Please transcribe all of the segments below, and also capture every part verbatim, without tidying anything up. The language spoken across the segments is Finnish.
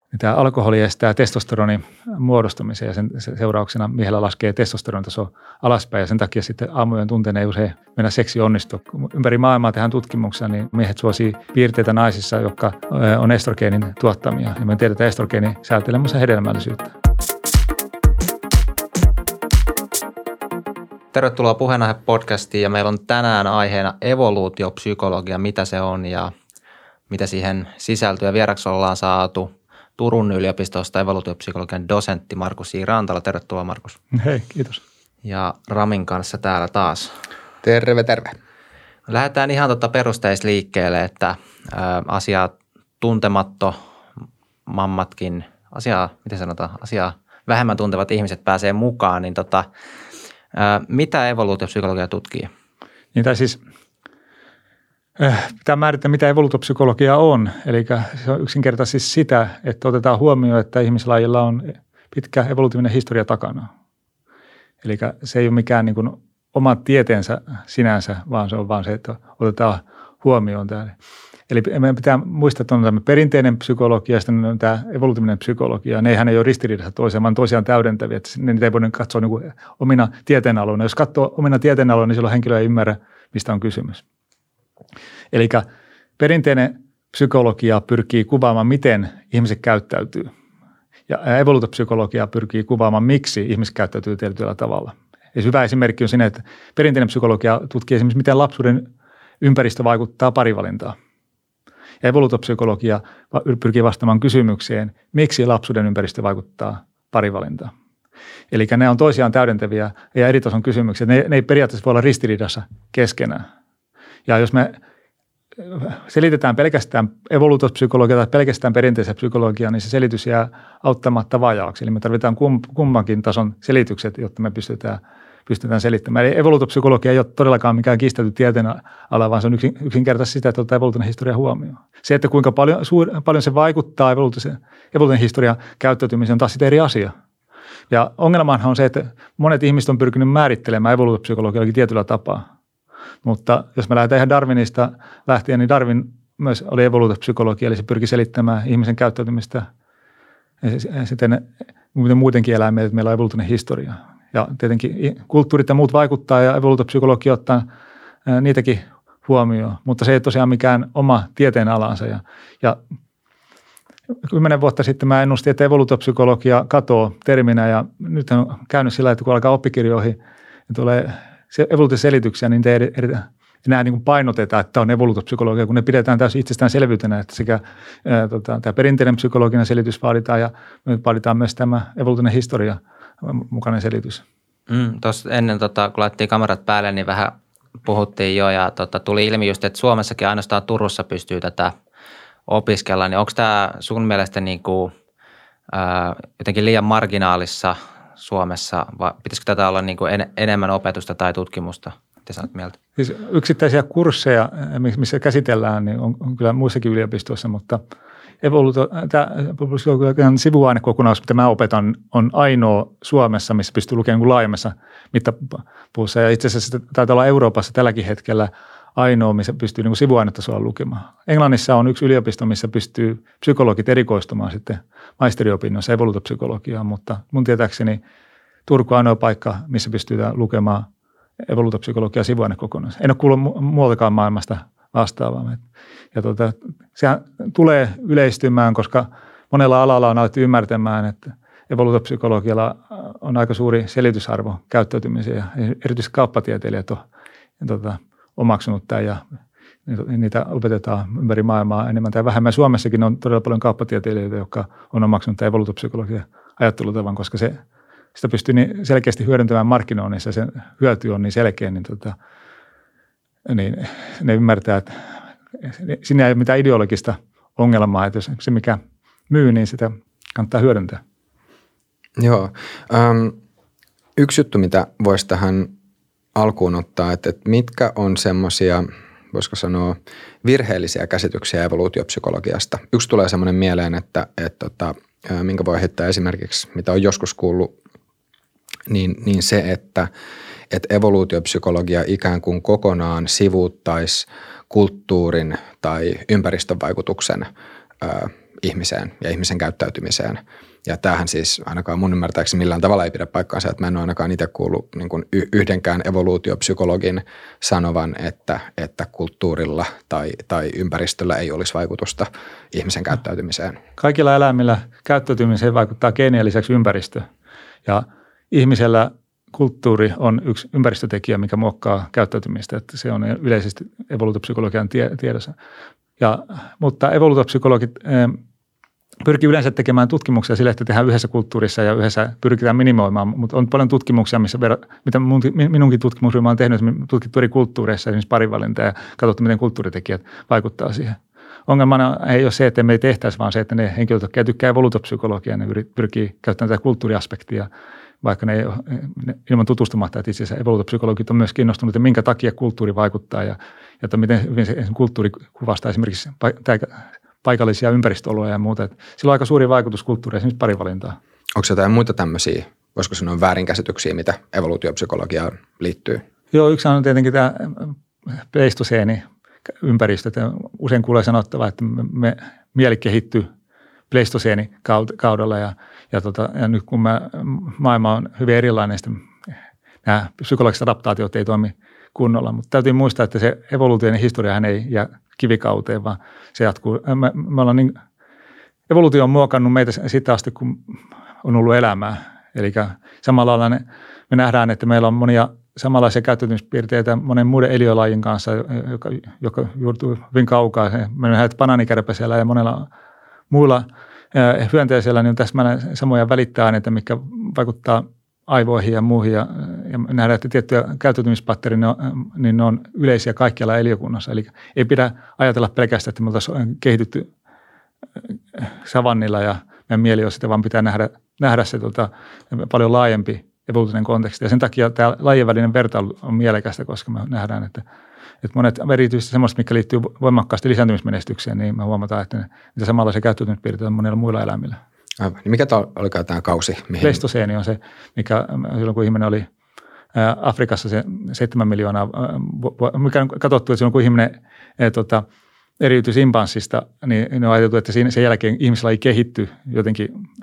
Tämä alkoholi estää testosteronin muodostumisen ja sen seurauksena miehellä laskee testosteronitaso alaspäin ja sen takia sitten aamujen tunteen ei usein mennä seksi onnistu. Ympäri maailmaa tehdään tutkimuksia, niin miehet suosii piirteitä naisissa, jotka on estrogeenin tuottamia. Ja me tiedetään, että estrogeeni säätelee myös hedelmällisyyttä. Tervetuloa Puheenaihe-podcastiin ja meillä on tänään aiheena evoluutiopsykologia, mitä se on ja mitä siihen sisältyy. Ja vieraksi ollaan saatu Turun yliopistosta evoluutiopsykologian dosentti Markus J. Rantala. Tervetuloa Markus. Hei, kiitos. Ja Ramin kanssa täällä taas. Terve, terve. Lähdetään ihan tuota perusteista liikkeelle, että ä, asiaa tuntematto mammatkin, asiaa, miten sanotaan, asiaa vähemmän tuntevat ihmiset pääsee mukaan, niin tota, ä, mitä evoluutiopsykologia tutkii? Niin tai siis pitää määrittää, mitä evoluutiopsykologia on. Eli se on yksinkertaisesti sitä, että otetaan huomioon, että ihmislajilla on pitkä evolutiivinen historia takana. Eli se ei ole mikään niin kuin oma tieteensä sinänsä, vaan se on vaan se, että otetaan huomioon tämä. Eli meidän pitää muistaa, että on tämä perinteinen psykologia ja sitten on tämä evolutiivinen psykologia. Nehän ei ole ristiriidassa toiseen, vaan toisiaan täydentäviä. Että niitä ei voida katsoa niin kuin omina tieteenaloina. Jos katsoo omina tieteenaloina, niin silloin henkilö ei ymmärrä, mistä on kysymys. Eli perinteinen psykologia pyrkii kuvaamaan, miten ihmiset käyttäytyy. Ja evoluutiopsykologia pyrkii kuvaamaan, miksi ihmiset käyttäytyy tietyllä tavalla. Ja hyvä esimerkki on siinä, että perinteinen psykologia tutkii esimerkiksi, miten lapsuuden ympäristö vaikuttaa parivalintaan. Ja evoluutiopsykologia pyrkii vastaamaan kysymykseen, miksi lapsuuden ympäristö vaikuttaa parivalintaan. Eli ne on toisiaan täydentäviä ja eri tason kysymyksiä. Ne, ne ei periaatteessa voi olla ristiriidassa keskenään. Ja jos me selitetään pelkästään evoluutiopsykologia tai pelkästään perinteisen psykologiaa, niin se selitys jää auttamatta vajaaksi. Eli me tarvitaan kum, kummankin tason selitykset, jotta me pystytään, pystytään selittämään. Eli evoluutiopsykologia ei ole todellakaan mikään kiistelty tieteen ala, vaan se on yksin, yksinkertaisesti sitä, että ottaa evoluutinen historia huomioon. Se, että kuinka paljon, suur, paljon se vaikuttaa evoluutinen historian käyttäytymiseen, on taas sitten eri asia. Ja ongelmahan on se, että monet ihmiset on pyrkinyt määrittelemään evoluutiopsykologiallakin tietyllä tapaa. Mutta jos me lähdetään ihan Darwinista lähtien, niin Darwin myös oli evoluutiopsykologia, eli se pyrki selittämään ihmisen käyttäytymistä ja sitten muutenkin eläimiä, että meillä on evoluutinen historia. Ja tietenkin kulttuurit ja muut vaikuttaa ja evoluutiopsykologia ottaa niitäkin huomioon, mutta se ei tosiaan mikään oma tieteenalansa. Ja, ja kymmenen vuotta sitten mä ennustin, että evoluutiopsykologia katoo terminä ja nyt on käynyt sillä, että kun alkaa oppikirjoihin ja tulee se evoluutioselityksiä, niin ei enää niin kuin painotetaan, että tämä on evoluutiopsykologia, kun ne pidetään täysin itsestäänselvyytenä, että sekä ää, tota, tämä perinteinen psykologinen selitys vaaditaan ja vaaditaan myös tämä evoluutinen historia mukainen selitys. Mm, Tuossa ennen, tota, kun laitettiin kamerat päälle, niin vähän puhuttiin jo ja tota, tuli ilmi just, että Suomessakin ainoastaan Turussa pystyy tätä opiskella, niin onko tämä sun mielestä niin kuin, ää, jotenkin liian marginaalissa Suomessa, vai pitäisikö tätä olla niin kuin en, enemmän opetusta tai tutkimusta? Mitä sä olet mieltä? Siis yksittäisiä kursseja, missä käsitellään, niin on, on kyllä muissakin yliopistoissa, mutta evoluutiopsykologian sivuainekokonaisuus, mitä mä opetan, on ainoa Suomessa, missä pystyy lukemaan niin laajemmassa mittapuussa. Ja itse asiassa taitaa olla Euroopassa tälläkin hetkellä ainoa, missä pystyy niin kuin sivuainetasolla lukemaan. Englannissa on yksi yliopisto, missä pystyy psykologit erikoistumaan sitten maisteriopinnoissa evoluutiopsykologiaan, mutta mun tietääkseni Turku on ainoa paikka, missä pystytään lukemaan evoluutiopsykologiaa sivuainekokonaisuus. En ole kuullut muualtakaan maailmasta vastaavaa. Ja tuota, sehän tulee yleistymään, koska monella alalla on alettu ymmärtämään, että evoluutiopsykologialla on aika suuri selitysarvo käyttäytymiseen ja erityisesti kauppatieteilijät on tuota, omaksunut tämän ja niitä opetetaan ympäri maailmaa enemmän tai vähemmän. Suomessakin on todella paljon kauppatieteilijöitä, jotka on omaksunut tämän evoluutiopsykologian ajattelutavan, koska se, sitä pystyy niin selkeästi hyödyntämään markkinoinnissa ja sen hyöty on niin selkeä, niin, tota, niin ne ymmärtää, että siinä ei ole mitään ideologista ongelmaa, että jos se mikä myy, niin sitä kannattaa hyödyntää. Joo. Um, yksi juttu, mitä voisi tähän alkuun ottaa, että, että mitkä on semmoisia, voisiko sanoa, virheellisiä käsityksiä evoluutiopsykologiasta. Yksi tulee semmoinen mieleen, että, että, että minkä voi heittää esimerkiksi, mitä on joskus kuullut, niin, niin se, että, että evoluutiopsykologia ikään kuin kokonaan sivuuttaisi kulttuurin tai ympäristön vaikutuksen ää, ihmiseen ja ihmisen käyttäytymiseen. Ja tämähän siis ainakaan mun ymmärtääkseni millään tavalla ei pidä paikkaansa, että mä en ole ainakaan itse kuullut niin kuin yhdenkään evoluutiopsykologin sanovan, että, että kulttuurilla tai, tai ympäristöllä ei olisi vaikutusta ihmisen käyttäytymiseen. Kaikilla eläimillä käyttäytymiseen vaikuttaa geenien lisäksi ympäristö. Ja ihmisellä kulttuuri on yksi ympäristötekijä, mikä muokkaa käyttäytymistä. Että se on yleisesti evoluutiopsykologian tie, tiedossa. Ja, mutta evoluutiopsykologit eh, pyrkii yleensä tekemään tutkimuksia sille, että tehdään yhdessä kulttuurissa ja yhdessä pyritään minimoimaan, mutta on paljon tutkimuksia, missä ver- mitä mun, minunkin tutkimusryhmä on tehnyt, tutkittu eri kulttuureissa, esimerkiksi parivalintaa ja katsottu, miten kulttuuritekijät vaikuttaa siihen. Ongelmana ei ole se, että me ei tehtäisi, vaan se, että ne henkilöt, jotka tykkää evoluutiopsykologiaa, ne pyrkii käyttämään tätä kulttuuriaspektia, vaikka ne ei ole ne, ilman tutustumatta, että itse asiassa evoluutiopsykologit on myös kiinnostunut, että minkä takia kulttuuri vaikuttaa ja, ja että miten hyvin se kulttuuri kuvastaa esimerkiksi paikallisia ympäristöoloja ja muuta. Että sillä on aika suuri vaikutus kulttuuriin, esimerkiksi parivalintaa. Onko jotain muita tämmöisiä, voisiko sanoa väärinkäsityksiä, mitä evoluutiopsykologiaan liittyy? Joo, yksi on tietenkin tämä pleistoseeni ympäristö. Usein kuulee sanottava, että me, me mieli kehittyy pleistoseeni kaudella ja, ja, tota, ja nyt kun mä, maailma on hyvin erilainen, niin nämä psykologiset adaptaatiot ei toimi kunnolla. Mutta täytyy muistaa, että se evoluutioinen historiahan ei jää kivikauteen, vaan se jatkuu. Me, me ollaan niin, evoluutio on muokannut meitä sitä asti, kun on ollut elämää. Eli samalla lailla ne, me nähdään, että meillä on monia samanlaisia käyttäytymispiirteitä monen muiden eliölajin kanssa, joka, joka juurtuu hyvin kaukaa. Me nähdään, että banaanikärpäsellä ja monella muilla hyönteisellä niin on täsmälleen samoja välittäjäaineita, mitkä vaikuttaa aivoihin ja muuhin. Ja, ja nähdään, että tiettyjä käyttäytymispattereja niin ne on yleisiä kaikkialla eliökunnassa. Eli ei pidä ajatella pelkästään, että me oltaisiin kehitytty savannilla ja meidän mieli on sitä, vaan pitää nähdä, nähdä se tota, paljon laajempi evoluutinen konteksti. Ja sen takia tämä lajien välinen vertailu on mielekästä, koska me nähdään, että, että monet erityisesti semmoiset, mitkä liittyy voimakkaasti lisääntymismenestykseen, niin me huomataan, että niitä samanlaisia käyttäytymispiirteitä on monilla muilla eläimillä. Aivan. Mikä olikaan tämä kausi? Mihin? Pleistoseeni on se, mikä silloin kun ihminen oli Afrikassa se seitsemän miljoonaa, mikä on katsottu, että silloin kun ihminen tota, eriytyi simpanssista, niin on ajateltu, että sen jälkeen ihmislaji kehittyi jotenkin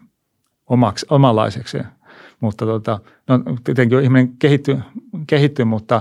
omaksi, omanlaiseksi. Mutta tota, no, tietenkin ihminen kehittyi, kehittyi mutta,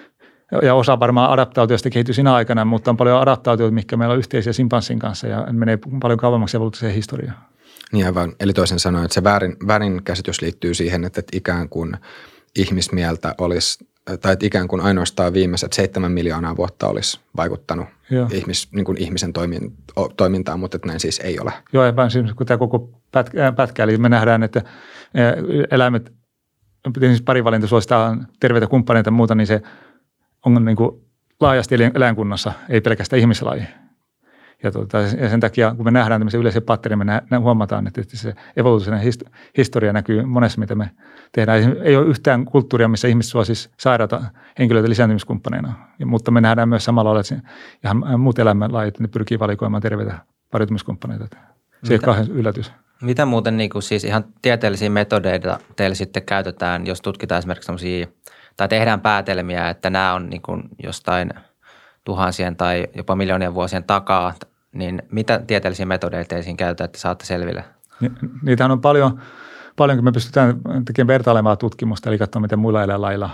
ja osa varmaan adaptaatioista kehittyi siinä aikana, mutta on paljon adaptaatioita, mitkä meillä on yhteisiä simpanssin kanssa ja menee paljon kauemmaksi evoluutiseen historiaan. Niin aivan. Eli toisin sanoen, että se väärin, väärin käsitys liittyy siihen, että ikään kuin ihmismieltä olisi, tai että ikään kuin ainoastaan viimeiset seitsemän miljoonaa vuotta olisi vaikuttanut ihmis, niin kuin ihmisen toimin, toimintaan, mutta että näin siis ei ole. Joo, ja kun tämä koko pätkä, pätkä, eli me nähdään, että eläimet, siis parivalinta suositaan terveitä kumppaneita ja muuta, niin se on niin kuin laajasti eläinkunnassa, ei pelkästään ihmislaji. Ja, tuota, ja sen takia, kun me nähdään tämmöisiä yleisiä pattereja, me nä, huomataan, että se evoluutinen historia näkyy monessa, mitä me tehdään. Ei ole yhtään kulttuuria, missä ihmiset suosisi sairaata henkilöitä lisääntymiskumppaneina, ja, mutta me nähdään myös samalla lailla, että ihan muut elämänlajit, ne pyrkii valikoimaan terveitä pariutumiskumppaneita. Se ei ole kauhean yllätys. Mitä muuten niin kuin siis ihan tieteellisiä metodeita teillä sitten käytetään, jos tutkitaan esimerkiksi sellaisia, tai tehdään päätelmiä, että nämä on niin kuin jostain tuhansien tai jopa miljoonien vuosien takaa, niin mitä tieteellisiä metodeja te siinä käytetään, että saatte selville? Niitähän on paljon, paljon kun me pystytään tekemään vertailevaa tutkimusta, eli katsomaan, miten muilla eläinlailla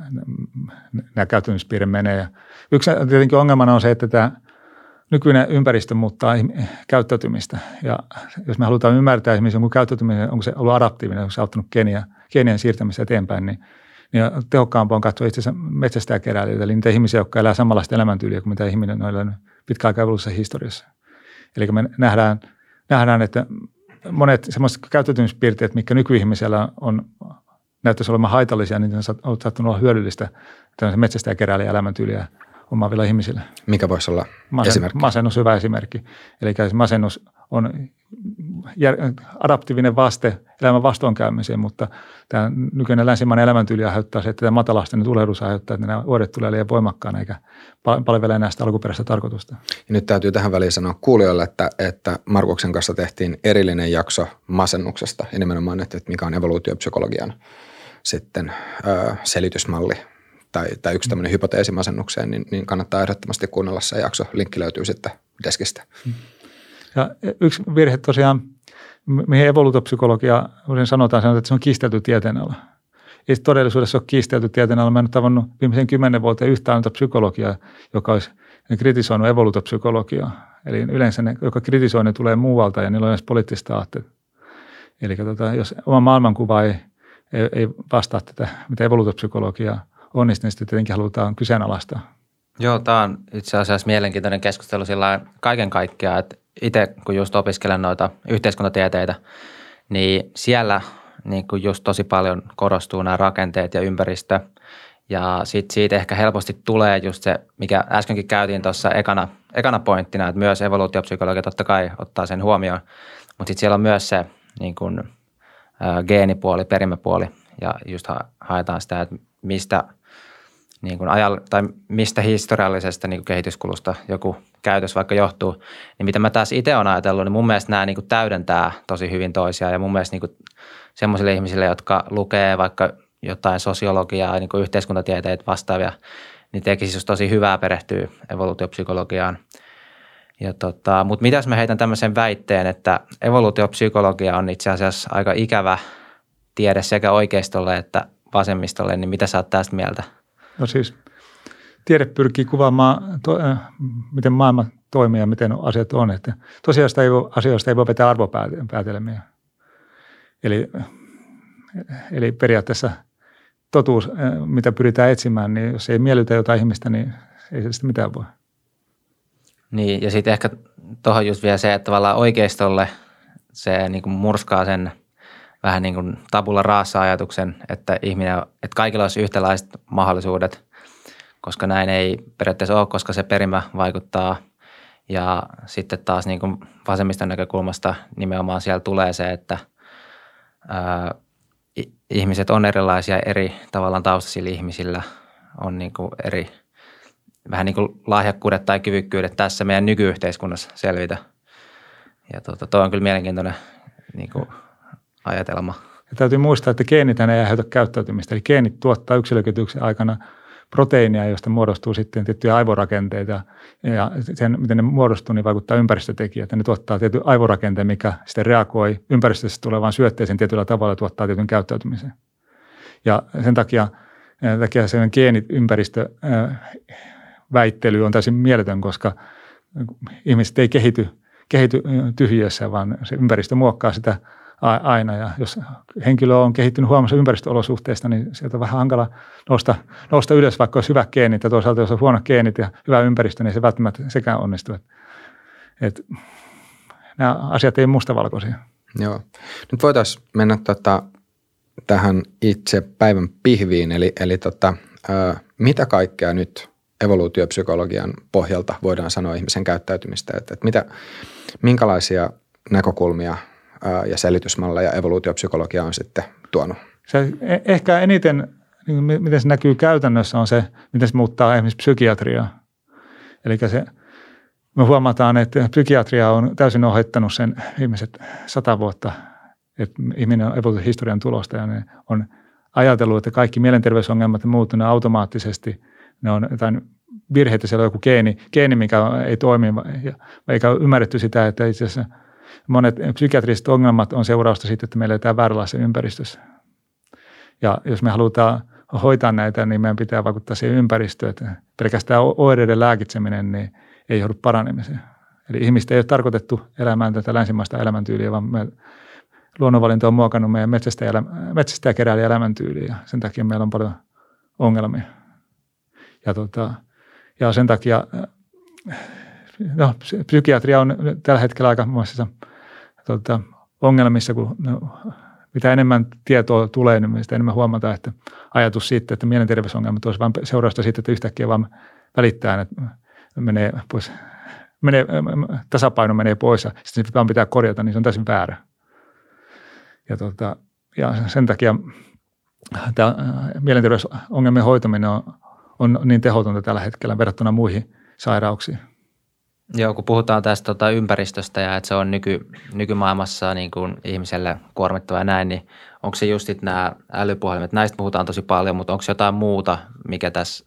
nämä käyttäytymispiirre menee. Ja yksi tietenkin ongelmana on se, että tämä nykyinen ympäristö muuttaa käyttäytymistä. Ja jos me halutaan ymmärtää esimerkiksi jonkun käyttäytyminen, onko se ollut adaptiivinen, onko se auttanut genia, genien siirtämistä eteenpäin, niin niin tehokkaampaa on katsoa itse asiassa metsästäjäkeräilijöitä, eli niitä ihmisiä, jotka elää samanlaista elämäntyyliä kuin mitä ihminen on elänyt pitkäaikaa evoluutiossa historiassa. Eli me nähdään, nähdään, että monet semmoiset käyttäytymispiirteet, mitkä nykyihmisellä on, näyttäisi olemaan haitallisia, niin on saattanut olla hyödyllistä metsästäjäkeräilijä elämäntyyliä omaavilla ihmisillä. Mikä voisi olla Masen, esimerkki? Masennus on hyvä esimerkki. Eli masennus on adaptiivinen vaste elämän vastoinkäymiseen, mutta tämä nykyinen länsimainen elämäntyyli aiheuttaa se, että tämä matalasten tulehdus aiheuttaa, että nämä oireet tulee liian voimakkaana eikä palvele enää sitä alkuperäistä tarkoitusta. Ja nyt täytyy tähän väliin sanoa kuulijoille, että, että Markuksen kanssa tehtiin erillinen jakso masennuksesta ja nimenomaan, että mikä on evoluutiopsykologian sitten ö, selitysmalli tai, tai yksi tämmöinen hypoteesi masennukseen, niin, niin kannattaa ehdottomasti kuunnella se jakso. Linkki löytyy sitten deskistä. Hmm. Ja yksi virhe tosiaan, mihin evoluutiopsykologia usein sanotaan, että se on kiistelty tieteenala. Ei todellisuudessa ole kiistelty tieteenala. Mä en ole tavannut viimeisen kymmenen vuoteen yhtään ainutta psykologiaa, joka olisi kritisoinut evoluutiopsykologiaa. Eli yleensä ne, joka kritisoi, ne tulee muualta ja niillä on edes poliittista aatteita. Eli tota, jos oma maailmankuva ei, ei, ei vastaa tätä, mitä evoluutiopsykologia on, niin sitten tietenkin halutaan kyseenalaistaa. Joo, tämä on itse asiassa mielenkiintoinen keskustelu sillä kaiken kaikkiaan, että itse kun just opiskelen noita yhteiskuntatieteitä, niin siellä niin kuin just tosi paljon korostuu nämä rakenteet ja ympäristö. Ja sitten siitä ehkä helposti tulee just se, mikä äskenkin käytiin tuossa ekana, ekana pointtina, että myös evoluutiopsykologia totta kai ottaa sen huomioon. Mutta sitten siellä on myös se niin kuin, ä, geenipuoli, perimäpuoli ja just ha- haetaan sitä, että mistä, niin kuin ajal, tai mistä historiallisesta niin kuin kehityskulusta joku käytös vaikka johtuu. Niin mitä mä taas itse olen ajatellut, niin mun mielestä nämä niin kuin täydentää tosi hyvin toisiaan ja mun mielestä niin kuin semmoisille ihmisille, jotka lukee vaikka jotain sosiologiaa, niin kuin yhteiskuntatieteitä vastaavia, niin tekisi just tosi hyvää perehtyä evoluutiopsykologiaan. Ja tota, mutta mitäs mä heitän tämmöisen väitteen, että evoluutiopsykologia on itse asiassa aika ikävä tiede sekä oikeistolle että vasemmistolle, niin mitä sä oot tästä mieltä? No siis tiede pyrkii kuvaamaan, to, äh, miten maailma toimii ja miten asiat on. Että tosiaan ei voi, asioista ei voi vetää arvopäätelmiä. Eli, eli periaatteessa totuus, mitä pyritään etsimään, niin jos ei miellytä jotain ihmistä, niin ei se sitä mitään voi. Niin, ja sitten ehkä tuohon just vielä se, että tavallaan oikeistolle se niin kuin murskaa sen vähän niin kuin tabula rasa ajatuksen, että ihminen, että kaikilla olisi yhtäläiset mahdollisuudet, koska näin ei periaatteessa ole, koska se perimä vaikuttaa. Ja sitten taas niin kuin vasemmiston näkökulmasta nimenomaan siellä tulee se, että ää, ihmiset on erilaisia, eri tavallaan taustaisilla ihmisillä on niin kuin eri, vähän niin kuin lahjakkuudet tai kyvykkyydet tässä meidän nykyyhteiskunnassa selvitä. Ja tuota, tuo on kyllä mielenkiintoinen niin kuin ajatelma. Ja täytyy muistaa, että geenit ei aiheuta käyttäytymistä. Eli geenit tuottaa yksilökehityksen aikana proteiinia, josta muodostuu sitten tiettyjä aivorakenteita. Ja sen, miten ne muodostuu, niin vaikuttaa ympäristötekijät. Ja ne tuottaa tietyn aivorakenteen, mikä sitten reagoi ympäristössä tulevaan syötteeseen tietyllä tavalla ja tuottaa tietyn käyttäytymisen. Ja sen takia, takia se geenit ympäristöväittely on täysin mieletön, koska ihmiset ei kehity, kehity tyhjössä, vaan se ympäristö muokkaa sitä aina, ja jos henkilö on kehittynyt huomassa ympäristöolosuhteista, niin sieltä on vähän hankala nousta, nousta ylös, vaikka olisi hyvät geenit, ja toisaalta jos on huonot geenit ja hyvä ympäristö, niin se välttämättä sekään onnistuu. Et nämä asiat ei ole mustavalkoisia. Joo. Nyt voitaisiin mennä tota, tähän itse päivän pihviin, eli, eli tota, ää, mitä kaikkea nyt evoluutiopsykologian pohjalta voidaan sanoa ihmisen käyttäytymistä, että, että mitä, minkälaisia näkökulmia ja selitysmalleja evoluutiopsykologia on sitten tuonut? Se ehkä eniten, niin miten se näkyy käytännössä, on se, miten se muuttaa esimerkiksi psykiatriaa. Eli se, me huomataan, että psykiatria on täysin ohittanut sen viimeiset sata vuotta, että ihminen on evoluutiohistorian tulosta ja ne on ajatellut, että kaikki mielenterveysongelmat on muuttuneet automaattisesti. Ne on jotain virheitä, siellä on joku geeni, geeni mikä ei toimi, eikä ole ymmärretty sitä, että itse asiassa monet psykiatriset ongelmat on seurausta siitä, että meillä eletään vääränlaisessa ympäristössä. Ja jos me halutaan hoitaa näitä, niin meidän pitää vaikuttaa siihen ympäristöön. Että pelkästään oireiden lääkitseminen niin ei johdu paranemiseen. Eli ihmistä ei ole tarkoitettu elämään tätä länsimaista elämäntyyliä, vaan me, luonnonvalinta on muokannut meidän metsästäjäkeräilijän elämäntyyliä. Ja sen takia meillä on paljon ongelmia. Ja, tota, ja sen takia no, psykiatria on tällä hetkellä aika muassa tota, ongelmissa, kun no, mitä enemmän tietoa tulee, niin sitä enemmän huomataan, että ajatus siitä, että mielenterveysongelmat olisi vain seurausta siitä, että yhtäkkiä vaan välittää, että menee pois, menee, tasapaino menee pois ja sitten se vaan pitää korjata, niin se on täysin väärä. Ja, tota, ja sen takia tämä mielenterveysongelmien hoitaminen on, on niin tehotonta tällä hetkellä verrattuna muihin sairauksiin. Joo, kun puhutaan tästä tota, ympäristöstä ja että se on nyky, nykymaailmassa niin kuin ihmiselle kuormittava ja näin, niin onko se just nämä älypuhelimet? Näistä puhutaan tosi paljon, mutta onko jotain muuta, mikä tässä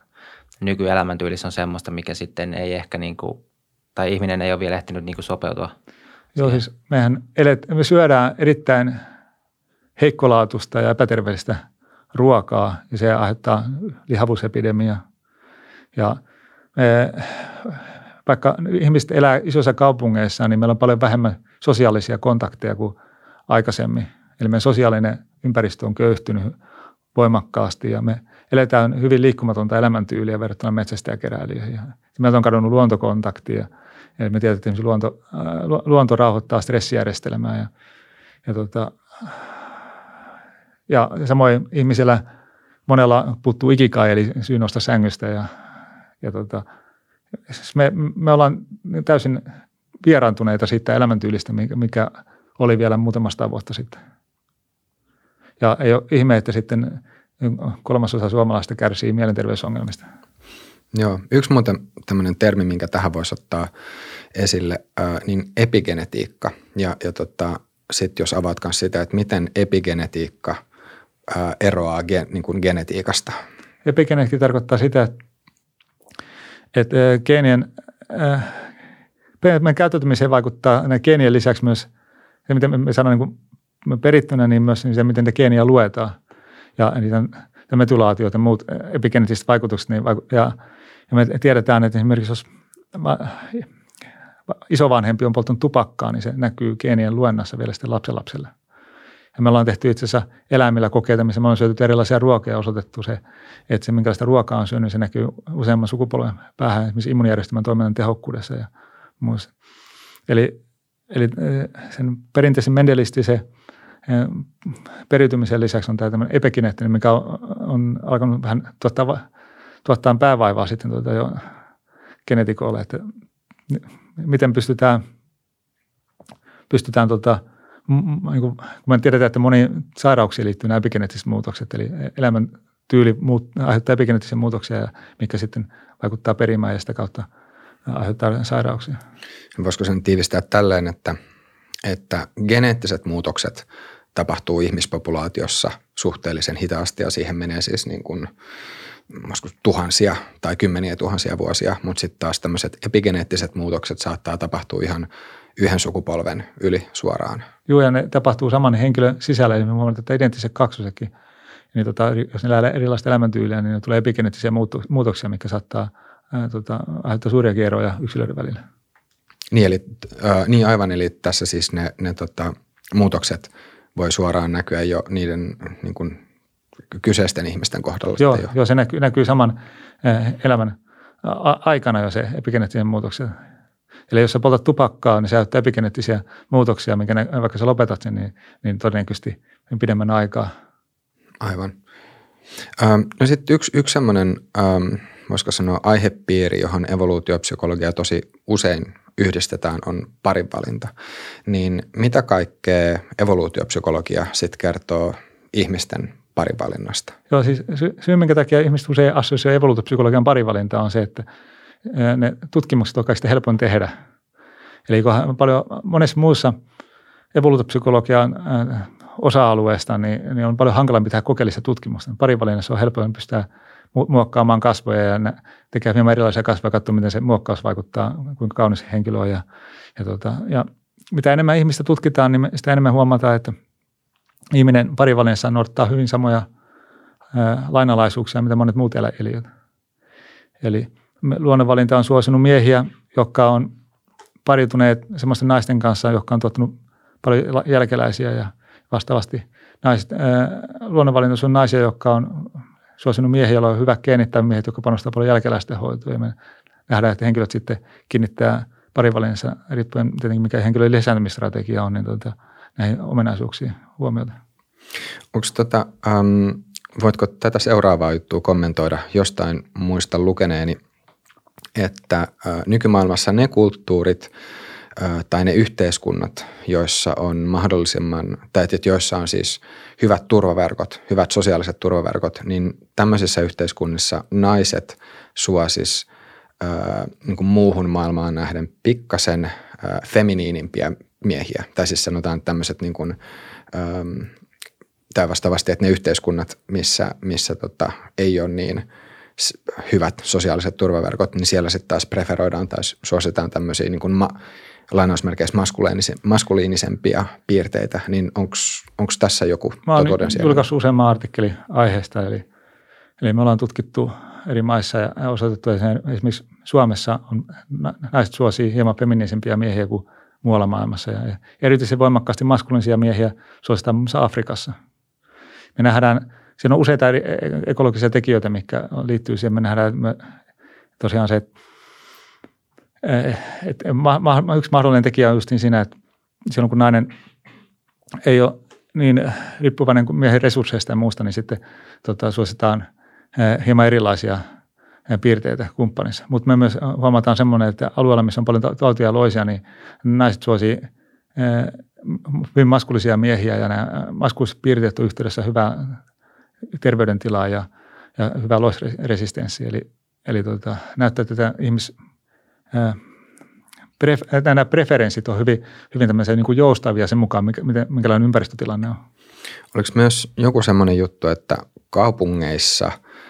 nykyelämäntyylissä on semmoista, mikä sitten ei ehkä, niin kuin, tai ihminen ei ole vielä ehtinyt niin kuin sopeutua? Joo, siis mehän elet, me syödään erittäin heikkolaatuista ja epäterveellistä ruokaa ja se aiheuttaa lihavuusepidemia. Ja me, vaikka ihmiset elää isoissa kaupungeissa, niin meillä on paljon vähemmän sosiaalisia kontakteja kuin aikaisemmin. Eli meidän sosiaalinen ympäristö on köyhtynyt voimakkaasti ja me eletään hyvin liikkumatonta elämäntyyliä verrattuna metsästäjäkeräilijöihin. Meiltä on kadonnut luontokontaktia. Eli me tiedetään, että luonto, luonto rauhoittaa stressijärjestelmää ja, ja, tota, ja samoin ihmisellä monella puuttuu ikikai, eli syy nousta sängystä ja, ja tota, me, me ollaan täysin vieraantuneita siitä elämäntyylistä, mikä oli vielä muutamasta vuotta sitten. Ja ei ole ihme, että sitten kolmasosa suomalaista kärsii mielenterveysongelmista. Joo, yksi muuten tämmöinen termi, minkä tähän voisi ottaa esille, ää, niin epigenetiikka. Ja, ja tota, sitten jos avaat myös sitä, että miten epigenetiikka ää, eroaa gen, niin kuin genetiikasta. Epigenetiikka tarkoittaa sitä, että, että geenien, äh, meidän käyttäytymiseen vaikuttaa nämä geenien lisäksi myös, se miten me, me saadaan niin kuin perittynä, niin myös se, miten te geeniä luetaan. Ja niitä metulaatiot ja muut epigenetiset vaikutukset, niin vaiku- ja Ja me tiedetään, että esimerkiksi jos isovanhempi on polttanut tupakkaa, niin se näkyy geenien luennassa vielä sitten lapsenlapselle. Ja me ollaan tehty itse asiassa eläimillä kokeita, missä me ollaan syöty erilaisia ruokia ja osoitettu se, että se minkälaista ruokaa on syönyt, se näkyy useamman sukupolven päähän, esimerkiksi immuunijärjestelmän toiminnan tehokkuudessa ja muussa. Eli, eli sen perinteisen mendelistisen periytymisen lisäksi on tämä tämmöinen epigeneettinen, mikä on, on alkanut vähän tuottaa tuottaa päävaivaa sitten tuota jo genetikoille, että miten pystytään, pystytään tuota, niin kuin, kun me tiedetään, että moniin sairauksiin liittyy nämä epigeneettiset muutokset, eli elämäntyyli muut, aiheuttaa epigeneettisiä muutoksia, ja mikä sitten vaikuttaa perimään ja sitä kautta aiheuttaa sairauksia. Voisiko sen tiivistää tälleen, että, että geneettiset muutokset tapahtuu ihmispopulaatiossa suhteellisen hitaasti ja siihen menee siis niin kuin tuhansia tai kymmeniä tuhansia vuosia, mutta sitten taas tämmöiset epigeneettiset muutokset saattaa tapahtua ihan yhden sukupolven yli suoraan. Joo, ja ne tapahtuu saman henkilön sisällä, eli me huomataan, että identtiset kaksosetkin, niin tota, jos ne elää erilaista elämäntyyliä, niin ne tulee epigeneettisiä muutoksia, mikä saattaa ää, tota, aiheuttaa suuria eroja yksilöiden välillä. Niin, eli, äh, niin aivan, eli tässä siis ne, ne tota, muutokset voi suoraan näkyä jo niiden niin kuin kyseisten ihmisten kohdalla. Joo, jo. joo, se näkyy, näkyy saman äh, elämän a- aikana jo se epigeneettinen muutoksia. Eli jos sä poltat tupakkaa, niin se aiheuttaa epigeneettisiä muutoksia, minkä ne, vaikka sä lopetat sen, niin, niin todennäköisesti pidemmän aikaa. Aivan. Ähm, no sitten yksi, yksi semmoinen, ähm, voisiko sanoa aihepiiri, johon evoluutiopsykologia tosi usein yhdistetään, on parinvalinta. Niin mitä kaikkea evoluutiopsykologia sitten kertoo ihmisten parivalinnasta? Joo, siis sy- syy, minkä takia ihmiset usein assosioi evoluutiopsykologian parivalintaa on se, että ne tutkimukset on kaikista helpoin tehdä. Eli paljon monessa muussa evoluutiopsykologian osa-alueesta, niin, niin on paljon hankalampi tehdä kokeellista tutkimusta. Parivalinnassa on helpoin pystyä muokkaamaan kasvoja ja tekee hieman erilaisia kasvoja, katsoa, miten se muokkaus vaikuttaa, kuinka kaunis henkilö on. Ja, ja, tota, ja mitä enemmän ihmistä tutkitaan, niin sitä enemmän huomataan, että ihminen parivalinnassa noudattaa hyvin samoja ää, lainalaisuuksia, mitä monet muut eliöt. Eli luonnonvalinta on suosinut miehiä, jotka on pariutuneet semmoisten naisten kanssa, jotka on tuottanut paljon jälkeläisiä ja vastaavasti naiset, ää, luonnonvalinta on naisia, jotka on suosinut miehiä, joilla on hyvä geenit tai miehet, jotka panostaa paljon jälkeläisten hoitoon. Ja me nähdään, että henkilöt sitten kiinnittää parivalinnassa, riippuen tietenkin mikä henkilön lisääntymisstrategia on, niin tuota, näihin ominaisuuksiin huomiota. Onko tota, ähm, voitko tätä seuraavaa juttua kommentoida? Jostain muista lukeneeni, että äh, nykymaailmassa ne kulttuurit äh, tai ne yhteiskunnat, joissa on mahdollisimman, tai että joissa on siis hyvät turvaverkot, hyvät sosiaaliset turvaverkot, niin tämmöisissä yhteiskunnissa naiset suosis äh, niin kuin muuhun maailmaan nähden pikkasen äh, feminiinimpiä miehiä. Tai siis sanotaan tämmöiset niin kuin, ähm, tai vastaavasti, että ne yhteiskunnat, missä, missä tota, ei ole niin hyvät sosiaaliset turvaverkot, niin siellä sitten taas preferoidaan tai suositaan tämmöisiä niin kuin ma- lainausmerkeissä maskuliinisempia piirteitä, niin onko tässä joku Mä olen totuudensijainen? julkaissut useamman artikkelin aiheesta, eli, eli me ollaan tutkittu eri maissa ja osoitettu, että esimerkiksi Suomessa on, naiset suosii hieman feminiisempiä miehiä kuin muualla maailmassa. Ja erityisesti voimakkaasti maskuliinisia miehiä suositaan muun muassa Afrikassa. Me nähdään, siinä on useita eri ekologisia tekijöitä, mitkä liittyy siihen. Me nähdään me, tosiaan se, että, että yksi mahdollinen tekijä on just niin siinä, että silloin kun nainen ei ole niin riippuvainen kuin miehen resursseista ja muusta, niin sitten tota, suositaan hieman erilaisia piirteitä kumppanissa. Mutta me myös huomataan semmoinen, että alueella, missä on paljon tautia ja loisia, niin naiset suosii hyvin maskulisia miehiä ja nämä maskuliset piirteet on yhteydessä hyvää terveydentilaa ja, ja hyvää loisresistenssiä. Eli, eli tota, näyttää, että tämä ihmis, ää, pref, nämä preferenssit on hyvin, hyvin tämmöisiä niin kuin joustavia sen mukaan, mikä, minkälainen ympäristötilanne on. Oliko myös joku semmoinen juttu, että kaupungeissa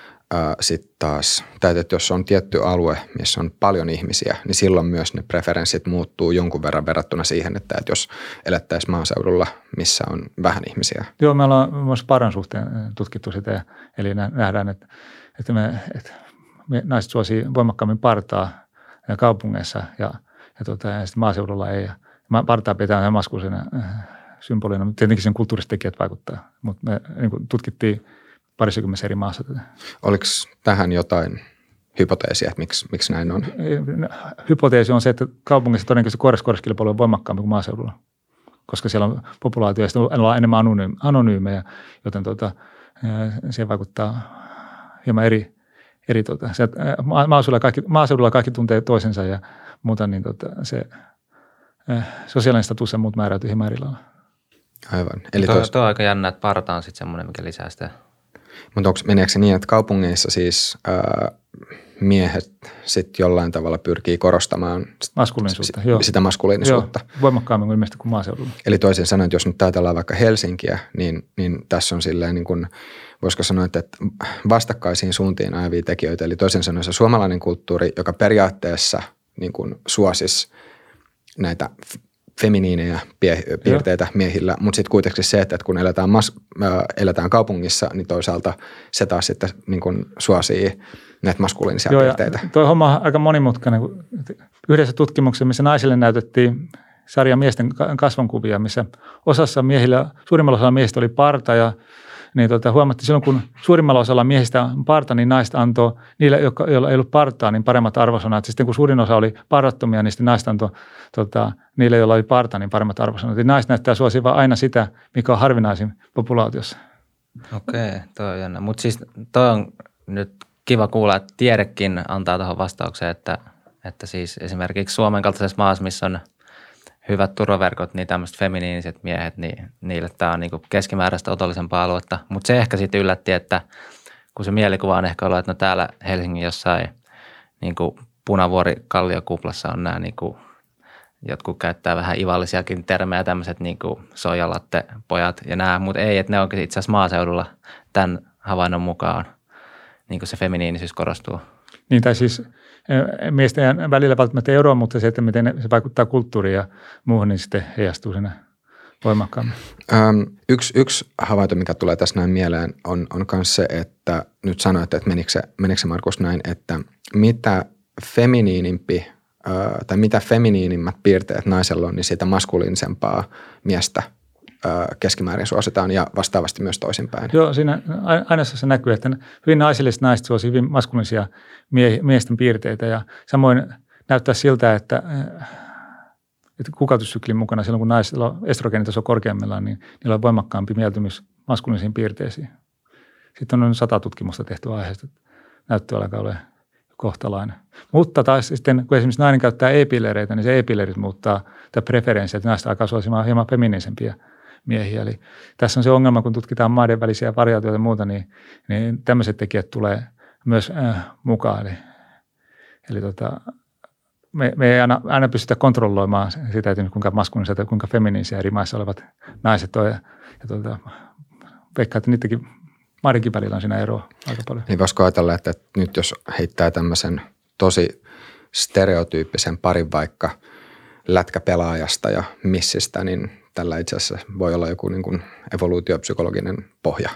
sitten taas, tai että jos on tietty alue, missä on paljon ihmisiä, niin silloin myös ne preferenssit muuttuu jonkun verran verrattuna siihen, että, että jos elettäisiin maaseudulla, missä on vähän ihmisiä. Joo, me ollaan myös paran suhteen tutkittu sitä, eli nähdään, että, että, me, että me naiset suosii voimakkaammin partaa kaupungeissa ja, ja, tota, ja sitten maaseudulla ei. Partaa pitää maskulisena symbolina, mutta tietenkin sen kulttuuriset tekijät vaikuttaa, mutta me niin kuin tutkittiin parissakymmenessä eri maassa tätä. Oliko tähän jotain hypoteesia, että miksi, miksi näin on? Hypoteesi on se, että kaupungissa todennäköisesti koiras-koiraskilpailu on voimakkaampi kuin maaseudulla, koska siellä on populaatio ja sitten ollaan enemmän anonyymejä, joten tuota, siihen vaikuttaa hieman eri. eri tuota, se, maaseudulla, kaikki, maaseudulla kaikki tuntee toisensa ja muuta, niin tuota, se sosiaalinen status ja muut määräytyy hieman eri lailla. Aivan. Eli tuo, tuo on aika jännä, että parta on sitten semmoinen, mikä lisää sitä. Mutta onko meneekö se niin, että kaupungeissa siis ää, miehet sitten jollain tavalla pyrkii korostamaan maskuliinisuutta, s- joo. sitä maskuliinisuutta? Joo, voimakkaammin kuin ilmeisesti kuin maaseudulla. Eli toisin sanoen, että jos nyt ajatellaan vaikka Helsinkiä, niin, niin tässä on silleen niin kuin, voisiko sanoa, että vastakkaisiin suuntiin ajavia tekijöitä. Eli toisin sanoen se suomalainen kulttuuri, joka periaatteessa niin kuin suosisi näitä feminiinejä pie- piirteitä Joo. miehillä, mutta sitten kuitenkin se, että kun eletään, mas- äh, eletään kaupungissa, niin toisaalta se taas sitten niin kun suosii näitä maskuliinisia Joo, piirteitä. Tuo homma on aika monimutkainen. Yhdessä tutkimuksessa, missä naisille näytettiin sarja miesten kasvonkuvia, missä osassa miehillä, suurimmalla osalla miehistä oli parta ja niin tota, huomattiin silloin, kun suurimmalla osalla miehistä on parta, niin naiset antoi niille, joilla ei ollut partaa, niin paremmat arvosanat. Sitten kun suurin osa oli parattomia, niin sitten naiset antoi tota, niille, joilla oli parta, niin paremmat arvosanat. Eli naiset näyttää suosivan aina sitä, mikä on harvinaisin populaatiossa. Okei, toi on jännä. Mutta siis toi on nyt kiva kuulla, että tiedekin antaa tuohon vastaukseen, että, että siis esimerkiksi Suomen kaltaisessa maassa, missä on hyvät turvaverkot, niin tämmöiset feminiiniset miehet, niin niille tämä on niinku keskimääräistä otollisempaa aluetta. Mutta se ehkä sitten yllätti, että kun se mielikuva on ehkä ollut, että no täällä Helsingin jossain niinku Punavuori-kalliokuplassa on nämä niinku, jotkut käyttää vähän ivallisiakin termejä, tämmöiset niinku soijalatte-pojat ja nämä, mutta ei, että ne onkin itse asiassa maaseudulla tämän havainnon mukaan niinku se feminiinisyys korostuu. Niin, tai siis miesten välillä välttämättä eroa, mutta se, että miten se vaikuttaa kulttuuriin ja muuhun, niin sitten heijastuu siinä voimakkaammin. Öm, yksi, yksi havainto, mikä tulee tässä näin mieleen, on, on myös se, että nyt sanoit, että menikö se, menikö se Markus näin, että mitä feminiinimpi ö, tai mitä feminiinimmät piirteet naisella on, niin siitä maskuliinisempaa miestä ö, keskimäärin suositaan ja vastaavasti myös toisinpäin. Joo, siinä aina se näkyy, että hyvin naiselliset naiset suosii hyvin maskuliinisia mie- miesten piirteitä ja samoin näyttää siltä, että että kuukautissyklin mukana silloin, kun naisilla on estrogeenitaso korkeammillaan, niin niillä on voimakkaampi mieltymys maskuliinisiin piirteisiin. Sitten on sata tutkimusta tehty aiheesta, että näyttö alkaa olla kohtalainen. Mutta taas sitten, kun esimerkiksi nainen käyttää e-pillereitä, niin se e-pillerit muuttaa tätä preferenssiä, että naista alkaa suosimaan hieman feminiisempiä miehiä. Eli tässä on se ongelma, kun tutkitaan maiden välisiä variaatioita ja muuta, niin, niin tämmöiset tekijät tulee myös äh, mukaan. Eli, eli tota, Me, me ei aina, aina pystytä kontrolloimaan sitä, että kuinka maskuliinisia tai kuinka feminiinisiä eri maissa olevat naiset on. Ja, ja tuota, veikkaan, että niidenkin maidenkin välillä on siinä eroa aika paljon. Niin voisiko ajatella, että nyt jos heittää tämmöisen tosi stereotyyppisen parin vaikka lätkäpelaajasta ja missistä, niin tällä itse asiassa voi olla joku niin kuin evoluutiopsykologinen pohja.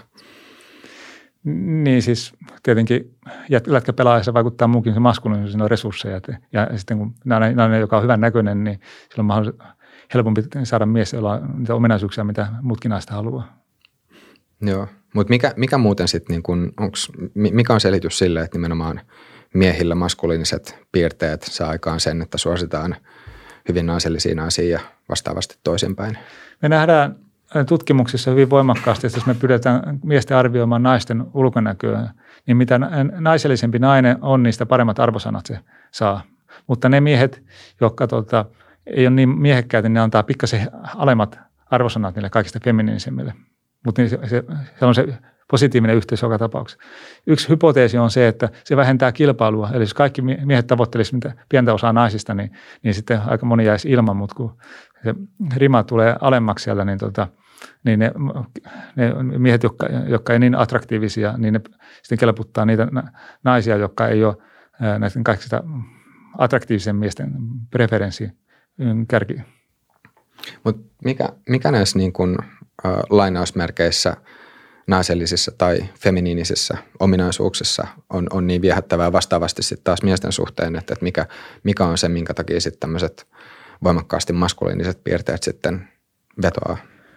Niin siis tietenkin lätkäpelaajassa vaikuttaa muukin se maskuliinisuus, siinä on resursseja. Ja sitten kun nainen, joka on hyvän näköinen, niin silloin on helpompi saada mies, jolla on niitä ominaisuuksia, mitä muutkin naista haluaa. Joo, mutta mikä, mikä muuten sitten, niin kun, onks, mikä on selitys sille, että nimenomaan miehillä maskuliiniset piirteet saa aikaan sen, että suositaan hyvin naisellisia naisia ja vastaavasti toisinpäin? Me nähdään tutkimuksissa hyvin voimakkaasti, että jos me pyydetään miesten arvioimaan naisten ulkonäköä, niin mitä naisellisempi nainen on, niin sitä paremmat arvosanat se saa. Mutta ne miehet, jotka tota, ei ole niin miehekkäitä, niin ne antaa pikkasen alemmat arvosanat niille kaikista feminiinisemmille. Mutta se, se, se on se positiivinen yhteys joka tapauksessa. Yksi hypoteesi on se, että se vähentää kilpailua. Eli jos kaikki miehet tavoittelisivat pientä osaa naisista, niin, niin sitten aika moni jäisi ilman, mutta kun se rima tulee alemmaksi siellä, niin, tota, niin ne, ne miehet, jotka, jotka ei niin attraktiivisia, niin ne sitten kelputtaa niitä naisia, jotka ei ole näiden kaikista attraktiivisen miesten preferenssi kärki. Mutta mikä, mikä näissä niin kun, äh, lainausmerkeissä naisellisissa tai feminiinisissä ominaisuuksissa on, on niin viehättävää vastaavasti sitten taas miesten suhteen, että, että mikä, mikä on se, minkä takia sitten tämmöiset voimakkaasti maskuliiniset piirteet sitten vetoaa?